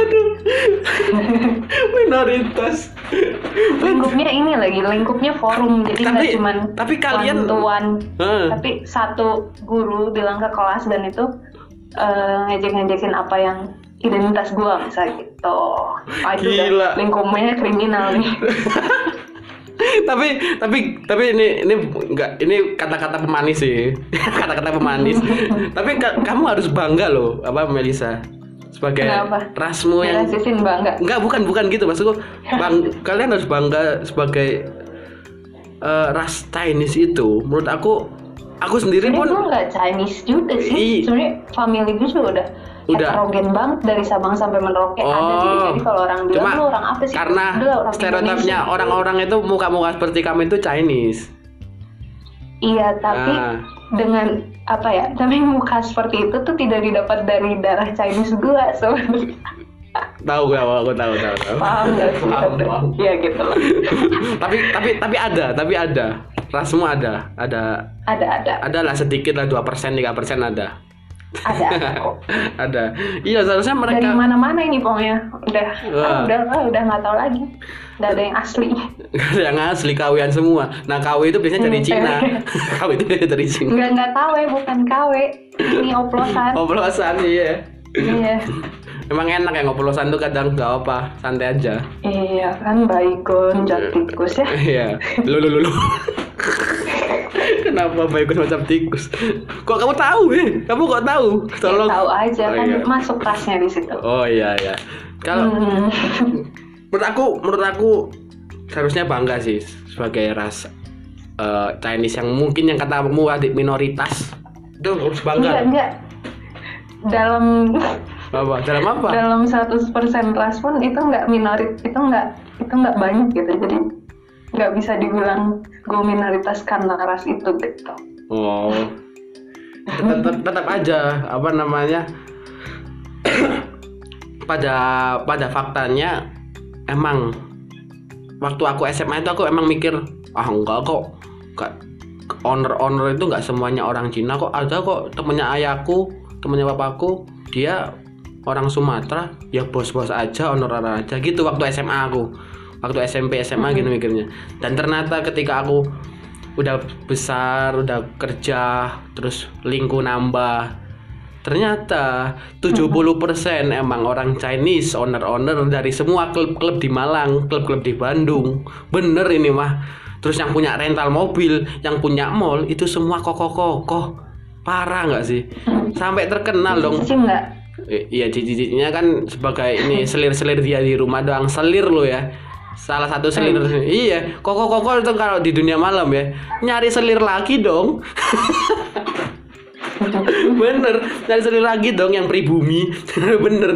Minoritas. Lingkupnya ini lagi, lingkupnya forum, jadi nggak Tapi- cuman tapi kalian- one-to-one, Heeh. tapi satu guru bilang ke kelas dan itu eh, ngejek-ngejekin apa yang identitas gue misalnya gitu. Oh, itu udah Gila. lingkupnya kriminal nih. tapi tapi tapi ini ini enggak, ini kata-kata pemanis sih. Kata-kata pemanis. Tapi ka- kamu harus bangga loh, apa Melisa, sebagai Kenapa? rasmu yang Dirasisin bangga. enggak, bukan bukan gitu maksudku. Bang, kalian harus bangga sebagai eh, ras Chinese itu. Menurut aku aku sendiri Sebenarnya pun gue nggak Chinese juga I- sih. Sebenarnya family gue juga udah Udah. heterogen banget dari Sabang sampai Merauke ada gitu. Oh. Jadi kalau orang bilang Cuma lu orang apa sih? karena Udah, orang stereotipnya Indonesia. orang-orang itu muka-muka seperti kamu itu Chinese. Iya, tapi Ah. dengan apa ya? Tapi muka seperti itu tuh tidak didapat dari darah Chinese gue sebenarnya. Tahu gak? Aku tahu tahu tahu. Paham nggak sih? Paham, paham. Iya gitu loh. tapi tapi tapi ada, tapi ada. Rasmu ada, ada Ada ada ada lah sedikit lah, dua persen tiga persen ada. ada ada kok. Ada. Iya, seharusnya Dari mereka mana-mana ini pokoknya udah Wah. ah, udah ah, udah nggak tahu lagi. Udah ada yang asli. nggak ada yang asli, kawian semua. Nah, K W itu biasanya dari Hmm, Cina. kayak- K W itu biasanya dari Cina. Nggak nggak K W, bukan K W. Ini oplosan. Oplosan, iya. Iya. Emang enak ya ngoplosan tuh, kadang nggak apa, santai aja. Iya kan baygon jat tikus ya. Iya. Lu lu lu. lu. Kenapa bagus macam tikus? Kok kamu tahu eh? Kamu kok tahu? Ya, Tolong. tahu aja Oh, kan iya. masuk rasnya di situ. Oh iya ya. Kalau Hmm. menurut aku, menurut aku seharusnya bangga sih sebagai ras eh, Chinese yang mungkin yang katamu adik minoritas. Itu harus Enggak bangga. enggak. Dalam Apa? Dalam apa? dalam seratus persen ras pun itu enggak minorit, itu enggak itu enggak banyak gitu. Jadi nggak bisa dibilang gue minoritas karena ras itu gitu. Oh. Tetap, tetap, tetap aja apa namanya? pada pada faktanya emang waktu aku S M A itu aku emang mikir, ah enggak kok, enggak, owner-owner itu enggak semuanya orang Cina kok, ada kok temennya ayahku, temennya papaku, dia orang Sumatera, ya bos-bos aja, owner-owner aja gitu waktu S M A aku. Waktu S M P S M A gitu mikirnya. Dan ternyata ketika aku udah besar, udah kerja, terus lingku nambah, ternyata tujuh puluh persen emang orang Chinese, owner-owner dari semua klub-klub di Malang, klub-klub di Bandung. Bener ini mah. Terus yang punya rental mobil, yang punya mall, itu semua kokoh-kokoh. Parah nggak sih? Sampai terkenal dong. Sih enggak. I- Iya, cici-cicinya kan sebagai ini selir-selir dia di rumah doang, selir lo ya. Salah satu selir. Iya, koko-koko itu kalau di dunia malam ya, nyari selir lagi dong. Bener, nyari selir lagi dong yang pribumi. Bener.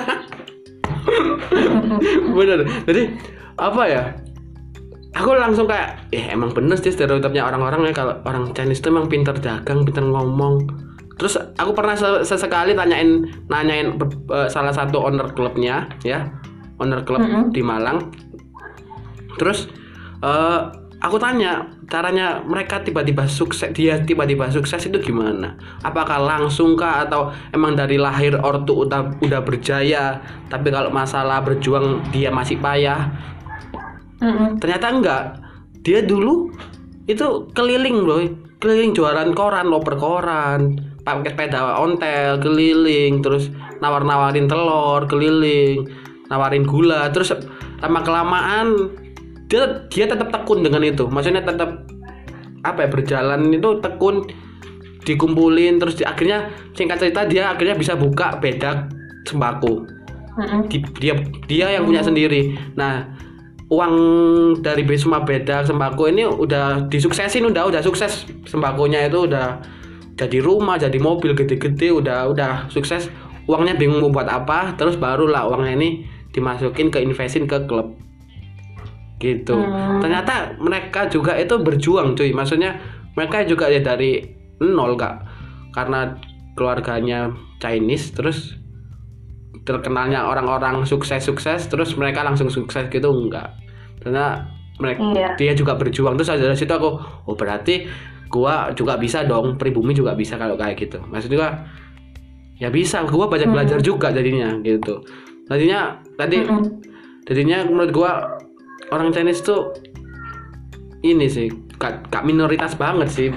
Bener. Jadi apa ya? Aku langsung kayak, eh emang bener sih stereotipnya orang-orang ya, kalau orang Chinese itu emang pinter dagang, pinter ngomong. Terus aku pernah se- sesekali tanyain nanyain uh, salah satu owner klubnya ya, owner klub Mm-mm. di Malang. Terus uh, aku tanya caranya mereka tiba-tiba sukses, dia tiba-tiba sukses itu gimana? Apakah langsung kah atau emang dari lahir ortu udah udah berjaya, tapi kalau masalah berjuang dia masih payah? Mm-mm. Ternyata enggak. Dia dulu itu keliling loh, keliling jualan koran, loper koran, pakai sepeda ontel keliling, terus nawar-nawarin telur keliling, nawarin gula, terus lama kelamaan dia dia tetap tekun dengan itu. Maksudnya tetap apa ya, berjalan itu tekun dikumpulin terus di, akhirnya singkat cerita dia akhirnya bisa buka bedak sembako. Di, dia dia yang punya sendiri. Nah, uang dari semua bedak sembako ini udah disuksesin, udah udah sukses sembakonya itu udah jadi rumah, jadi mobil gede-gede, udah udah sukses. Uangnya bingung mau buat apa, terus barulah uangnya ini dimasukin ke investin ke klub. Gitu. Hmm. Ternyata mereka juga itu berjuang, cuy. Maksudnya mereka juga ya dari nol, Kak. Karena keluarganya Chinese terus terkenalnya orang-orang sukses-sukses terus mereka langsung sukses gitu enggak. Karena mereka iya. dia juga berjuang. Terus dari situ aku, oh berarti gua juga bisa dong, pribumi juga bisa kalau kayak gitu. Maksudnya ya bisa, gua banyak hmm. belajar juga jadinya gitu. Tadinya tadi hmm. jadinya menurut gua orang Chinese tuh ini sih gak, gak minoritas banget sih.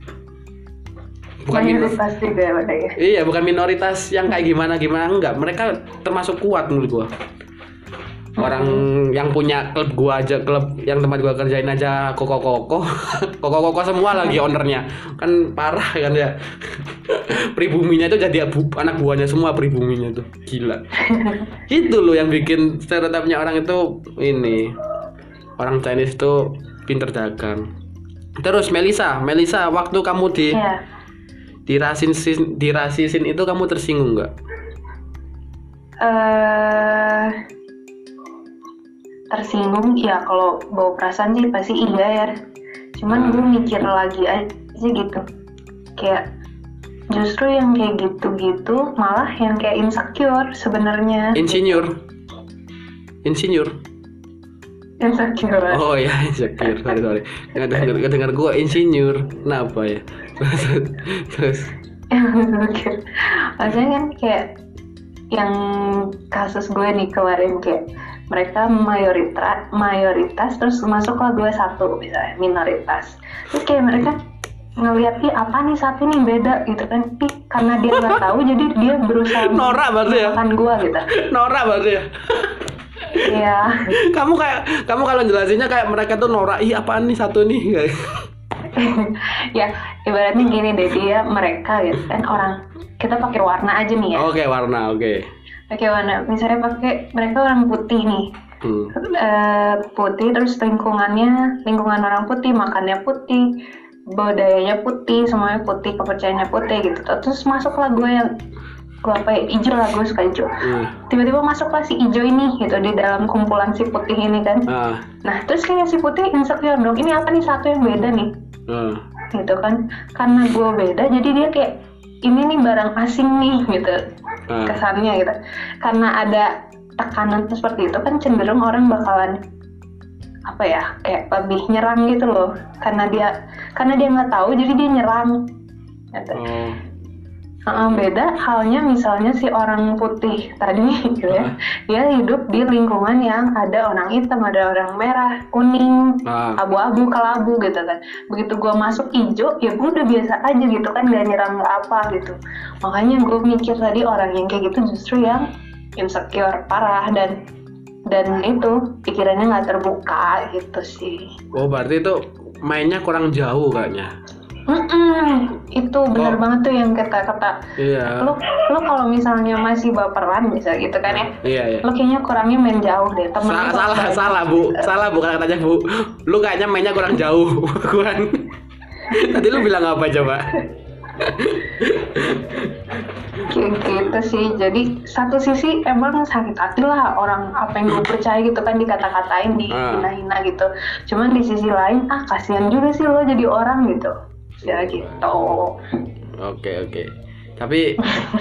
Bukan minoritas juga ya. Iya, bukan minoritas yang kayak gimana-gimana, enggak. Mereka termasuk kuat menurut gua. Orang hmm. yang punya klub gua aja, klub yang tempat gua kerjain aja koko-koko. Koko-koko semua lagi ownernya. Kan parah kan ya. Pribuminya itu jadi abu, anak buahnya semua pribuminya tuh. Gila. Itu loh yang bikin stereotipnya orang itu ini. Orang Chinese itu pinter dagang. Terus Melisa, Melisa waktu kamu di yeah. dirasisin dirasisin itu kamu tersinggung nggak? Uh, tersinggung ya, kalau bawa perasaan sih pasti iya ya. Cuman gue mikir lagi aja gitu, kayak justru yang kayak gitu-gitu malah yang kayak insecure sebenarnya. Insinyur, insinyur. Insecure. Oh ya, insecure. Sorry sorry. Nggak dengar nggak dengar gue insinyur. Kenapa ya? Terus. Insecure. Maksudnya kan kayak yang kasus gue nih kemarin, kayak mereka mayoritas mayoritas terus masuklah gue satu misalnya minoritas. Terus kayak mereka ngelihat ih apa nih satu nih beda gitu kan. Ih, karena dia nggak tahu jadi dia berusaha norak banget ya. Makan gue gitu. Norak banget ya. Iya. Kamu kayak kamu kalau jelasinnya kayak mereka tuh norak, ih apaan nih satu nih. Ya ibaratnya gini deh, dia mereka gitu kan orang, kita pakai warna aja nih ya. Oke okay, warna oke. Okay. Pakai warna, misalnya pakai mereka orang putih nih. Hmm. Uh, putih terus lingkungannya lingkungan orang putih, makannya putih, budayanya putih, semuanya putih, kepercayaannya putih gitu. Terus masuklah gue yang gue apa ya, hijau lah, gue suka hijau. Hmm. Tiba-tiba masuklah si hijau ini gitu di dalam kumpulan si putih ini kan. Ah. Nah terus kayak si putih insecure dong, ini apa nih satu yang beda nih. Ah. Gitu kan, karena gue beda jadi dia kayak ini nih barang asing nih gitu. Ah. Kesannya gitu. Karena ada tekanan seperti itu kan cenderung orang bakalan apa ya, kayak lebih nyerang gitu loh, karena dia karena dia nggak tahu jadi dia nyerang gitu. Oh. Uh, beda halnya misalnya si orang putih tadi gitu ya, uh. dia hidup di lingkungan yang ada orang hitam, ada orang merah, kuning, uh. abu-abu, kelabu gitu kan. Begitu gue masuk hijau, ya gue udah biasa aja gitu kan, gak nyerang gak apa gitu. Makanya gue mikir tadi orang yang kayak gitu justru yang insecure parah dan dan itu pikirannya nggak terbuka gitu sih. Oh berarti itu mainnya kurang jauh kayaknya. Mm-mm, itu benar oh. banget tuh yang kata-kata. Iya. Lu lu kalau misalnya masih baperan bisa gitu kan ya. Iya, iya. Lu kayaknya kurangnya main jauh deh. Temen Sa- salah salah, salah Bu. Salah bukan katanya Bu. Lu kayaknya mainnya kurang jauh. Kurang. Tadi lu bilang apa coba? Gitu sih. Jadi satu sisi emang sakit hati lah orang apa yang gue percaya gitu kan dikata-katain, dihina-hina gitu. Cuman di sisi lain ah kasihan juga sih lo jadi orang gitu. Ya gitu. Oke oke. Tapi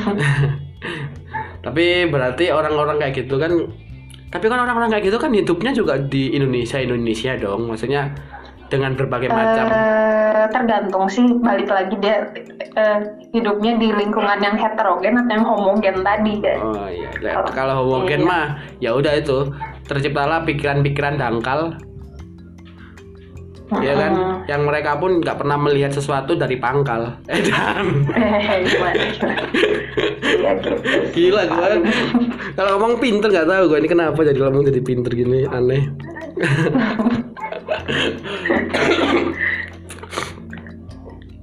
tapi berarti orang-orang kayak gitu kan, tapi kan orang-orang kayak gitu kan hidupnya juga di Indonesia Indonesia dong, maksudnya dengan berbagai macam. Uh, tergantung sih, balik lagi dia uh, hidupnya di lingkungan yang heterogen atau yang homogen tadi kan. Oh iya. Kalau homogen iya. mah ya udah itu terciptalah pikiran-pikiran dangkal. Ya kan, hmm. yang mereka pun nggak pernah melihat sesuatu dari pangkal. Eh dan. Gila gue. Kalau ngomong pinter nggak tahu gue ini kenapa jadi ngomong jadi pinter gini, aneh.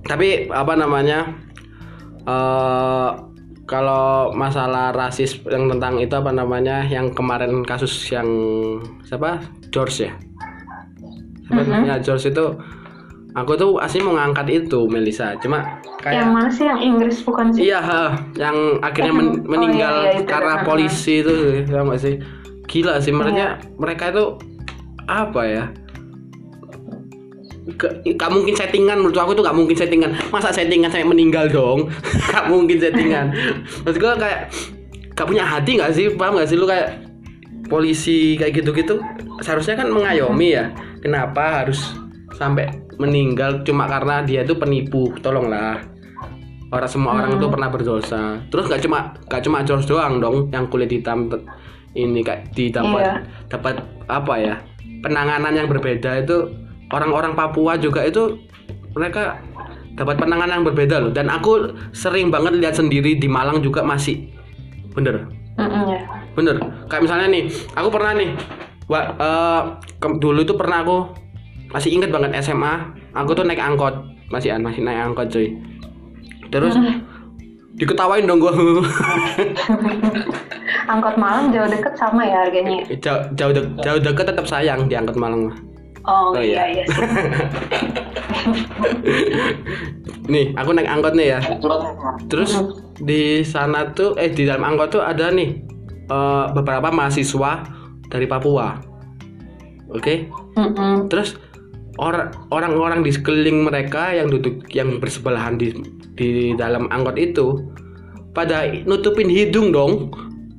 Tapi apa namanya? Uh, kalau masalah rasis yang tentang itu apa namanya? Yang kemarin kasus yang siapa? George ya. Sebenarnya mm-hmm. George itu aku tuh asli mau ngangkat itu Melisa, cuma kayak yang mana sih, yang Inggris bukan sih? Iya, ha, yang akhirnya men- meninggal oh, iya, iya, karena itu, polisi itu, ya nggak sih? Gila sih, mereka iya. mereka itu apa ya? Gak mungkin settingan, menurut aku tuh gak mungkin settingan. Masa settingan sampai meninggal dong? Gak mungkin settingan. Maksud gue kayak gak punya hati gak sih? Paham gak sih lu kayak polisi kayak gitu-gitu? Seharusnya kan mengayomi ya. Kenapa harus sampai meninggal cuma karena dia itu penipu? Tolonglah. Orang semua hmm. orang itu pernah berdosa. Terus gak cuma gak cuma George doang dong yang kulit hitam ini kayak didapat iya. dapat apa ya? Penanganan yang berbeda itu. Orang-orang Papua juga itu mereka dapat penanganan yang berbeda loh. Dan aku sering banget lihat sendiri di Malang juga masih bener mm-hmm. bener kayak misalnya nih, aku pernah nih wa, uh, ke- dulu itu pernah aku masih inget banget S M A, aku tuh naik angkot masih masih naik angkot cuy. Terus mm-hmm. diketawain dong gue. Angkot Malang jauh deket sama ya harganya? Jauh jauh, de- jauh deket tetap sayang di angkot Malang mah. Oh, oh iya iya. Nih, aku naik angkot nih ya. Terus mm-hmm. di sana tuh eh di dalam angkot tuh ada nih uh, beberapa mahasiswa dari Papua. Oke? Okay? Mm-hmm. Terus or- orang-orang di sekeliling mereka yang duduk yang bersebelahan di di dalam angkot itu pada nutupin hidung dong.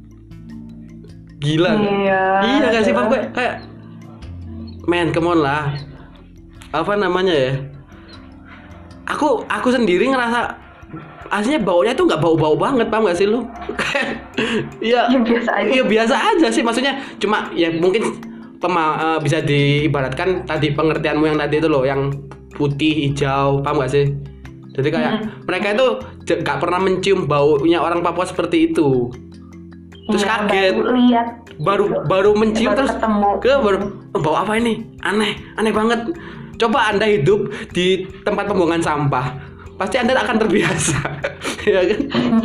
Gila. Iya. Iya gak sih, Pak? Kayak men, come on lah. Apa namanya ya? Aku aku sendiri ngerasa aslinya baunya tuh nggak bau-bau banget, paham gak sih lu? Iya. Ya, biasa aja. Iya biasa aja sih, maksudnya cuma ya mungkin pema, uh, bisa diibaratkan tadi pengertianmu yang tadi itu loh, yang putih hijau, paham gak sih? Jadi kayak hmm. mereka itu nggak pernah mencium baunya orang Papua seperti itu. Terus ya, kaget. Baru lihat. Baru gitu. baru mencium baru terus ketemu. Ke baru oh, bau apa ini? Aneh, aneh banget. Coba Anda hidup di tempat pembuangan sampah, pasti Anda akan terbiasa. Ya kan?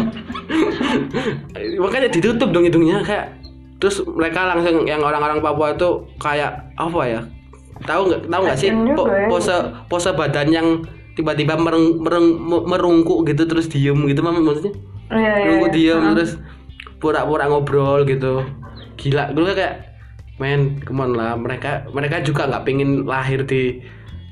Makanya ditutup dong hidungnya kayak. Terus mereka langsung yang orang-orang Papua itu kayak apa ya? Tahu nggak? Tahu nggak sih po- pose pose badan yang tiba-tiba mereng, mereng, merungkuk gitu terus diem gitu maksudnya? Oh, iya, iya, merungkuk iya. diem uh-huh. terus pura-pura ngobrol gitu. Gila, gue kayak men, come on lah, mereka mereka juga nggak pengen lahir di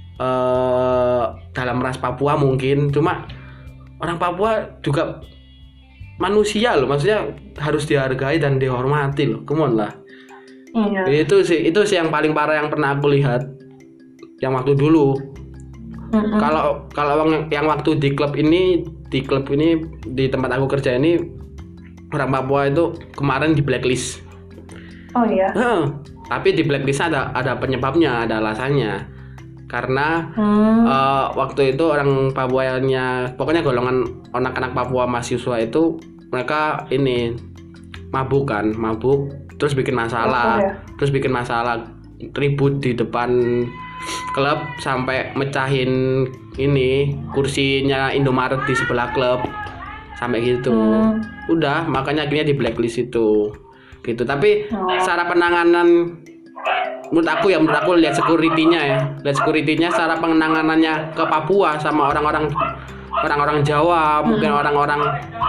uh, dalam ras Papua mungkin, cuma orang Papua juga manusia loh, maksudnya harus dihargai dan dihormati loh, come on lah. Iya. Itu sih itu sih yang paling parah yang pernah aku lihat, yang waktu dulu. Mm-hmm. Kalau kalau yang waktu di klub ini di klub ini di tempat aku kerja ini orang Papua itu kemarin di blacklist. Oh iya. Huh, tapi di blacklist ada ada penyebabnya, ada alasannya. Karena hmm. uh, waktu itu orang Papuanya, pokoknya golongan anak-anak Papua mahasiswa itu mereka ini mabuk kan, mabuk, terus bikin masalah, oh, ya. terus bikin masalah, ribut di depan klub sampai mecahin ini kursinya Indomaret di sebelah klub, sampai gitu. Hmm. Udah, makanya akhirnya di blacklist itu. Gitu. Tapi oh. cara penanganan menurut aku ya menurut aku lihat security-nya ya lihat security-nya cara penanganannya ke Papua sama orang-orang orang-orang Jawa, hmm. mungkin orang-orang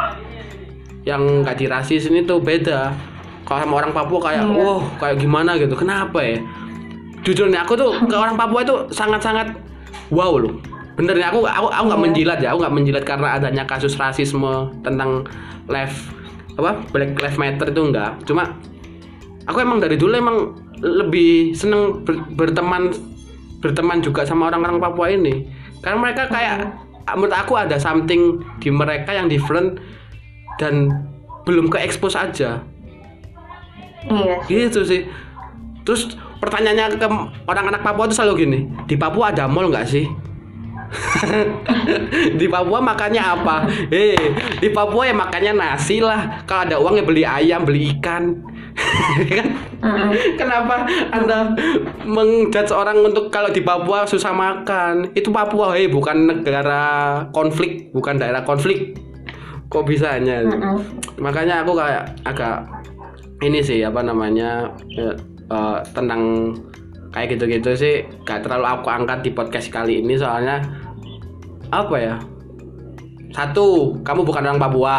yang nggak dirasis ini tuh beda. Kalau sama orang Papua kayak yeah. wow kayak gimana gitu, kenapa ya, jujur nih aku tuh ke orang Papua itu sangat-sangat wow loh, bener nih, aku aku aku nggak yeah. menjilat ya aku nggak menjilat karena adanya kasus rasisme tentang left apa Black Lives Matter itu enggak, cuma aku emang dari dulu emang lebih seneng ber, berteman berteman juga sama orang-orang Papua ini karena mereka kayak hmm. menurut aku ada something di mereka yang different dan belum ke expose aja. Iya. Gitu sih. Terus pertanyaannya ke orang anak Papua itu selalu gini, di Papua ada mall nggak sih? Di Papua makannya apa? Eh, di Papua ya makannya nasi lah. Kalau ada uang ya beli ayam, beli ikan. kan? Mm-mm. Kenapa Anda mengjudge orang untuk kalau di Papua susah makan? Itu Papua, hei, bukan negara konflik, bukan daerah konflik. Kok bisanya? Mm-mm. Makanya aku kayak agak ini sih apa namanya ya, uh, tentang kayak gitu-gitu sih gak terlalu aku angkat di podcast kali ini soalnya apa ya? Satu, kamu bukan orang Papua.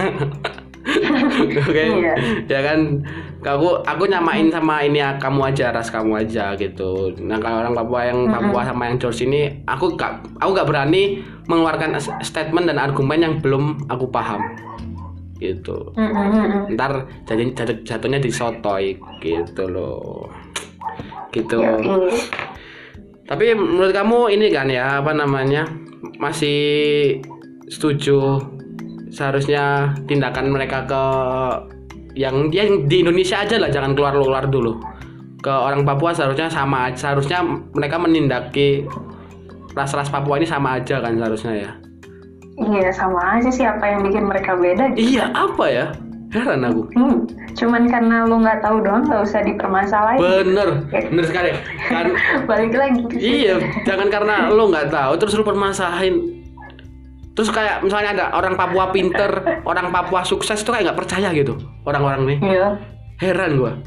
Oke, okay. Iya. Ya kan, aku aku nyamain sama ini ya, kamu aja, ras kamu aja gitu. Nah kalau orang Papua yang Papua sama yang George ini, aku gak aku gak berani mengeluarkan statement dan argumen yang belum aku paham, gitu. Mm-mm. Ntar jadi jatuh, jatuhnya disotoy gitu loh, gitu. Ya, iya. Tapi menurut kamu ini kan ya apa namanya masih setuju seharusnya tindakan mereka ke yang yang di Indonesia aja lah, jangan keluar keluar dulu ke orang Papua seharusnya sama seharusnya mereka menindaki ras-ras Papua ini sama aja kan seharusnya ya. Iya sama aja sih, apa yang bikin mereka beda gitu. Iya apa ya, heran aku. Hmm, cuman karena lo nggak tahu doang nggak usah dipermasalahin. Bener, bener sekali kan. Balik lagi ke situ. Iya, jangan karena lo nggak tahu terus lo permasalahin. Terus kayak misalnya ada orang Papua pinter, orang Papua sukses tuh kayak nggak percaya gitu orang-orang nih. Iya. Heran gua.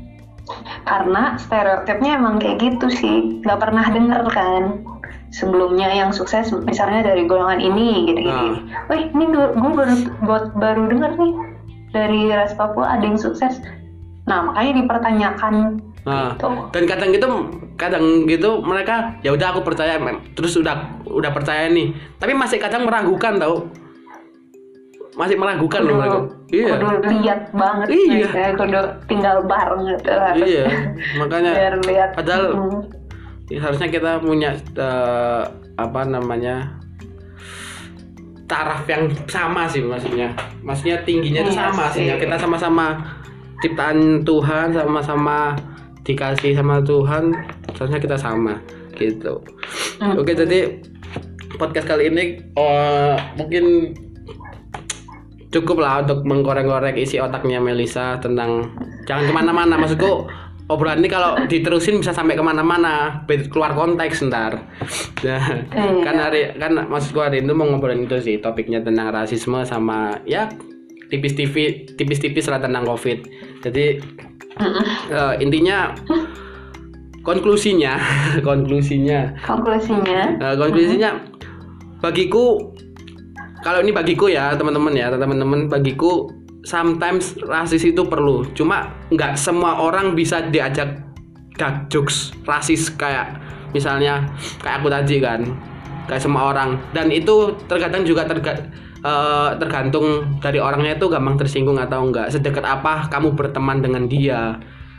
Karena stereotipnya emang kayak gitu sih, nggak pernah denger kan sebelumnya yang sukses misalnya dari golongan ini gitu-gitu. Nah. Wih, ini gue baru buat baru denger nih dari ras Papua ada yang sukses. Nah makanya dipertanyakan. Nah, gitu. dan kadang gitu, kadang gitu mereka ya udah aku percaya, terus udah udah percaya nih, tapi masih kadang meragukan tau, masih meragukan loh mereka. Iya. Kudu lihat banget. Iya. Kayak kudu tinggal bareng gitu. Harus. Iya, makanya. Biar lihat. Padahal hmm. ya, harusnya kita punya uh, apa namanya taraf yang sama sih maksudnya, maksudnya tingginya itu Iya sama sih. sih. Kita sama-sama ciptaan Tuhan, sama-sama dikasih sama Tuhan, seharusnya kita sama gitu. Hmm. Oke, jadi podcast kali ini oh, mungkin cukup lah untuk mengkorek-korek isi otaknya Melisa tentang jangan kemana-mana. Maksudku obrolan ini kalau diterusin bisa sampai kemana-mana, keluar konteks ntar. Nah, iya. kan hari kan maksudku hari itu mau ngobrolin itu sih, topiknya tentang rasisme sama ya tipis-tipis tipis-tipis lah tentang COVID. Jadi uh, intinya konklusinya konklusinya Konklusinya. uh, konklusinya bagiku, kalau ini bagiku ya teman-teman ya teman-teman bagiku sometimes rasis itu perlu, cuma nggak semua orang bisa diajak dark jokes rasis kayak misalnya kayak aku tadi kan, kayak semua orang, dan itu terkadang juga terga, uh, tergantung dari orangnya itu gampang tersinggung atau enggak, sedekat apa kamu berteman dengan dia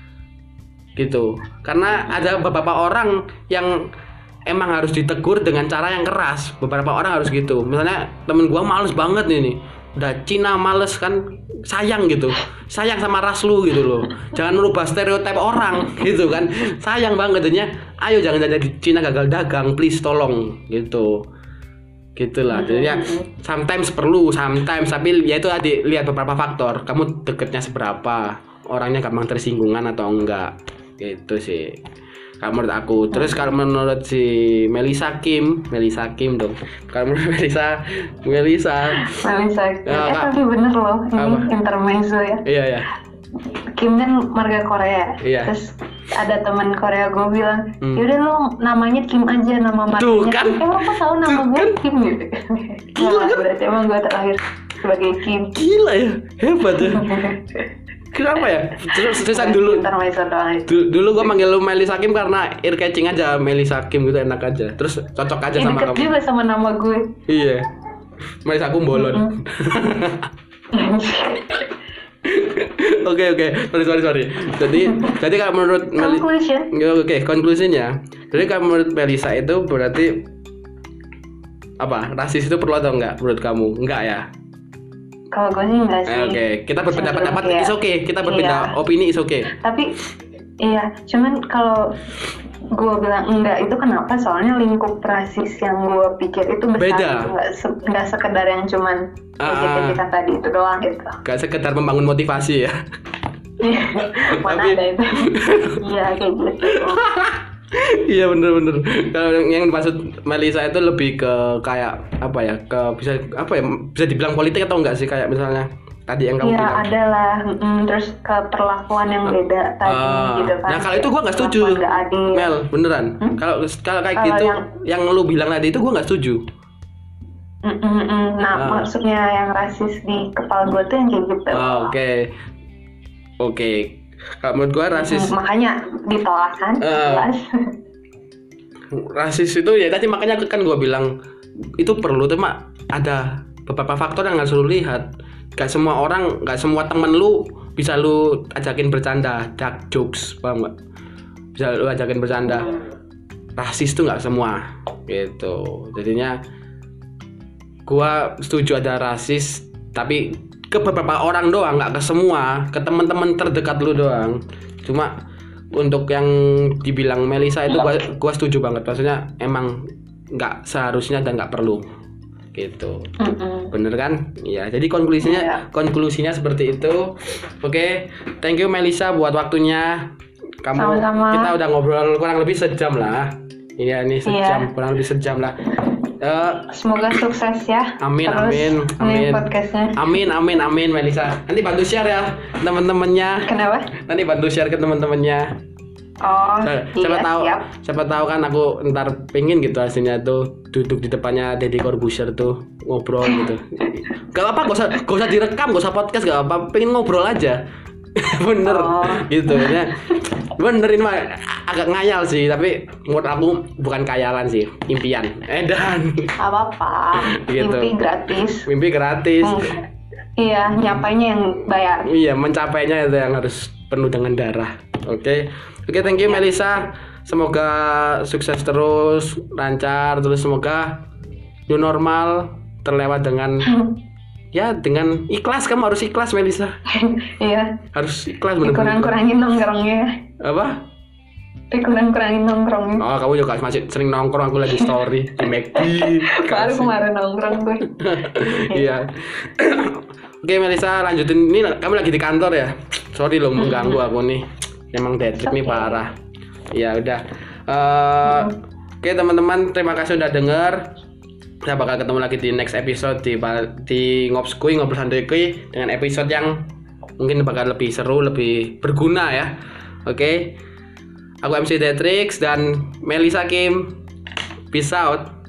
gitu. Karena ada beberapa orang yang emang harus ditegur dengan cara yang keras, beberapa orang harus gitu. Misalnya temen gua males banget nih, udah Cina males kan, sayang gitu, sayang sama ras lu gitu loh, jangan merubah stereotip orang gitu kan, sayang banget jadinya, ayo jangan jadi Cina gagal dagang, please tolong gitu, gitulah. Jadi ya sometimes perlu, sometimes, tapi ya itu tadi lihat beberapa faktor, kamu deketnya seberapa, orangnya gampang tersinggungan atau enggak, gitu sih kalau menurut aku. Terus kalau menurut si Melisa Kim, Melisa Kim dong. Kalau menurut Melisa, Melisa. Melisa. Ya, eh Kak. tapi bener loh, ini Apa? intermezzo ya. Iya ya. Kim kan marga Korea. Iya. Terus ada teman Korea gue bilang, Hmm. yaudah lo namanya Kim aja, nama Tuh, marganya. kan? Emang kok tahu nama Tuh, gue kan? Kim gitu? Gila, Nah, kan? berarti emang gue terakhir sebagai Kim. Gila ya, hebat ya. Kenapa ya? Terus terusan dulu. Intermezzo doang. Du- dulu gue manggil lu Melisa Kim karena ear catching aja, Melisa Kim gitu enak aja. Terus cocok aja Eh, sama deket kamu. juga sama nama gue. Iya. Melisa Kim bolon. Oke oke, sorry sorry sorry. Jadi jadi kalau menurut Meli- Conclusion. Ya, oke, konklusinya. Jadi kalau menurut Melisa itu berarti apa? Rasis itu perlu atau enggak menurut kamu? Enggak ya? Kalau gue sih enggak sih. Eh, oke, kita berbeda Cenderung pendapat, kayak- is oke. Kita berbeda iya. opini, is oke. Tapi iya, cuman kalau gue bilang enggak itu kenapa? Soalnya lingkup rasis yang gue pikir itu besar, Beda. nggak se- nggak sekedar yang cuman Ah. ejek-ejekan tadi itu doang gitu. Gak sekedar membangun motivasi ya. Mana Tapi- ada itu? Iya kayak gitu. Iya bener-bener. Kalau yang, yang dimaksud Melisa itu lebih ke kayak apa ya? Ke bisa apa ya? Bisa dibilang politik atau enggak sih, kayak misalnya tadi yang kamu Iya bilang. ada lah. Mm, terus ke perlakuan yang beda tadi Ah, gitu kan. nah kalau itu gua nggak setuju, Perlakuan nggak adil. Mel, beneran. Hmm? Kalau kalau kayak Kalau gitu, yang- yang lu bilang tadi itu gua nggak setuju. Mm, mm, mm. Nah Ah. maksudnya yang rasis di kepala gue tuh yang kayak gitu. Ah, Oke, oke. Kalau menurut gua rasis, Mm, makanya ditolak kan? Ah. Jelas. rasis itu ya tadi makanya kan gua bilang itu perlu, tuh mak ada beberapa faktor yang harus lu lihat. Gak semua orang, gak semua temen lu bisa lu ajakin bercanda, dark jokes, paham gak? Bisa lu ajakin bercanda. Rasis tuh nggak semua, gitu. Jadinya gua setuju ada rasis, tapi ke beberapa orang doang, nggak ke semua, ke teman-teman terdekat lu doang. Cuma untuk yang dibilang Melisa itu gua, gua setuju banget. Maksudnya emang nggak seharusnya dan nggak perlu, gitu. Mm-mm. Bener kan? Iya. Jadi konklusinya Iya. konklusinya seperti itu. Oke, thank you Melisa buat waktunya. Kamu Sama-sama. kita udah ngobrol kurang lebih sejam lah. Iya nih sejam, Iya. kurang lebih sejam lah. Eh, Semoga sukses ya. Amin, Terus amin, ini amin. podcastnya. amin, amin, amin, Melisa. Nanti bantu share ya teman-temannya. Kenapa? Nanti bantu share ke teman-temannya. Oh, Siapa, iya, siapa tahu, siap. siapa tahu kan aku ntar pengen gitu hasilnya tuh duduk di depannya Deddy Corbuzier tuh ngobrol gitu. Gak apa, gak usah, gak usah direkam, gak usah podcast, gak apa, pengen ngobrol aja. Bener, Oh. gitu ya. Bener ini mah agak ngayal sih, tapi menurut aku bukan khayalan sih, impian. Edan, Gak apa-apa. Gitu. Mimpi gratis. mimpi gratis. Hmm. Iya, nyapainya yang bayar. Iya, mencapainya itu yang harus penuh dengan darah. Oke, oke, thank you Melisa. Semoga sukses terus, lancar terus. Semoga new normal terlewat dengan ya dengan ikhlas. Kamu harus ikhlas Melisa. Iya, Harus ikhlas benar-benar. dikurang-kurangin nongkrongnya. Apa? Dikurang-kurangin nongkrongnya. Oh, kamu juga masih sering nongkrong. Aku lagi story di McD. Baru kemarin nongkrong gue. Iya. Oke Melisa, lanjutin. Ini kamu lagi di kantor ya? Sorry loh mengganggu aku nih. Emang dead trip nih Oke. parah. Ya udah. Eh, Oke teman-teman, terima kasih udah denger. Kita bakal ketemu lagi di next episode di di Ngops Kuy, ngobrol santuy kuy, dengan episode yang mungkin bakal lebih seru, lebih berguna ya. Oke. Aku M C Detrix dan Melisa Kim. Peace out.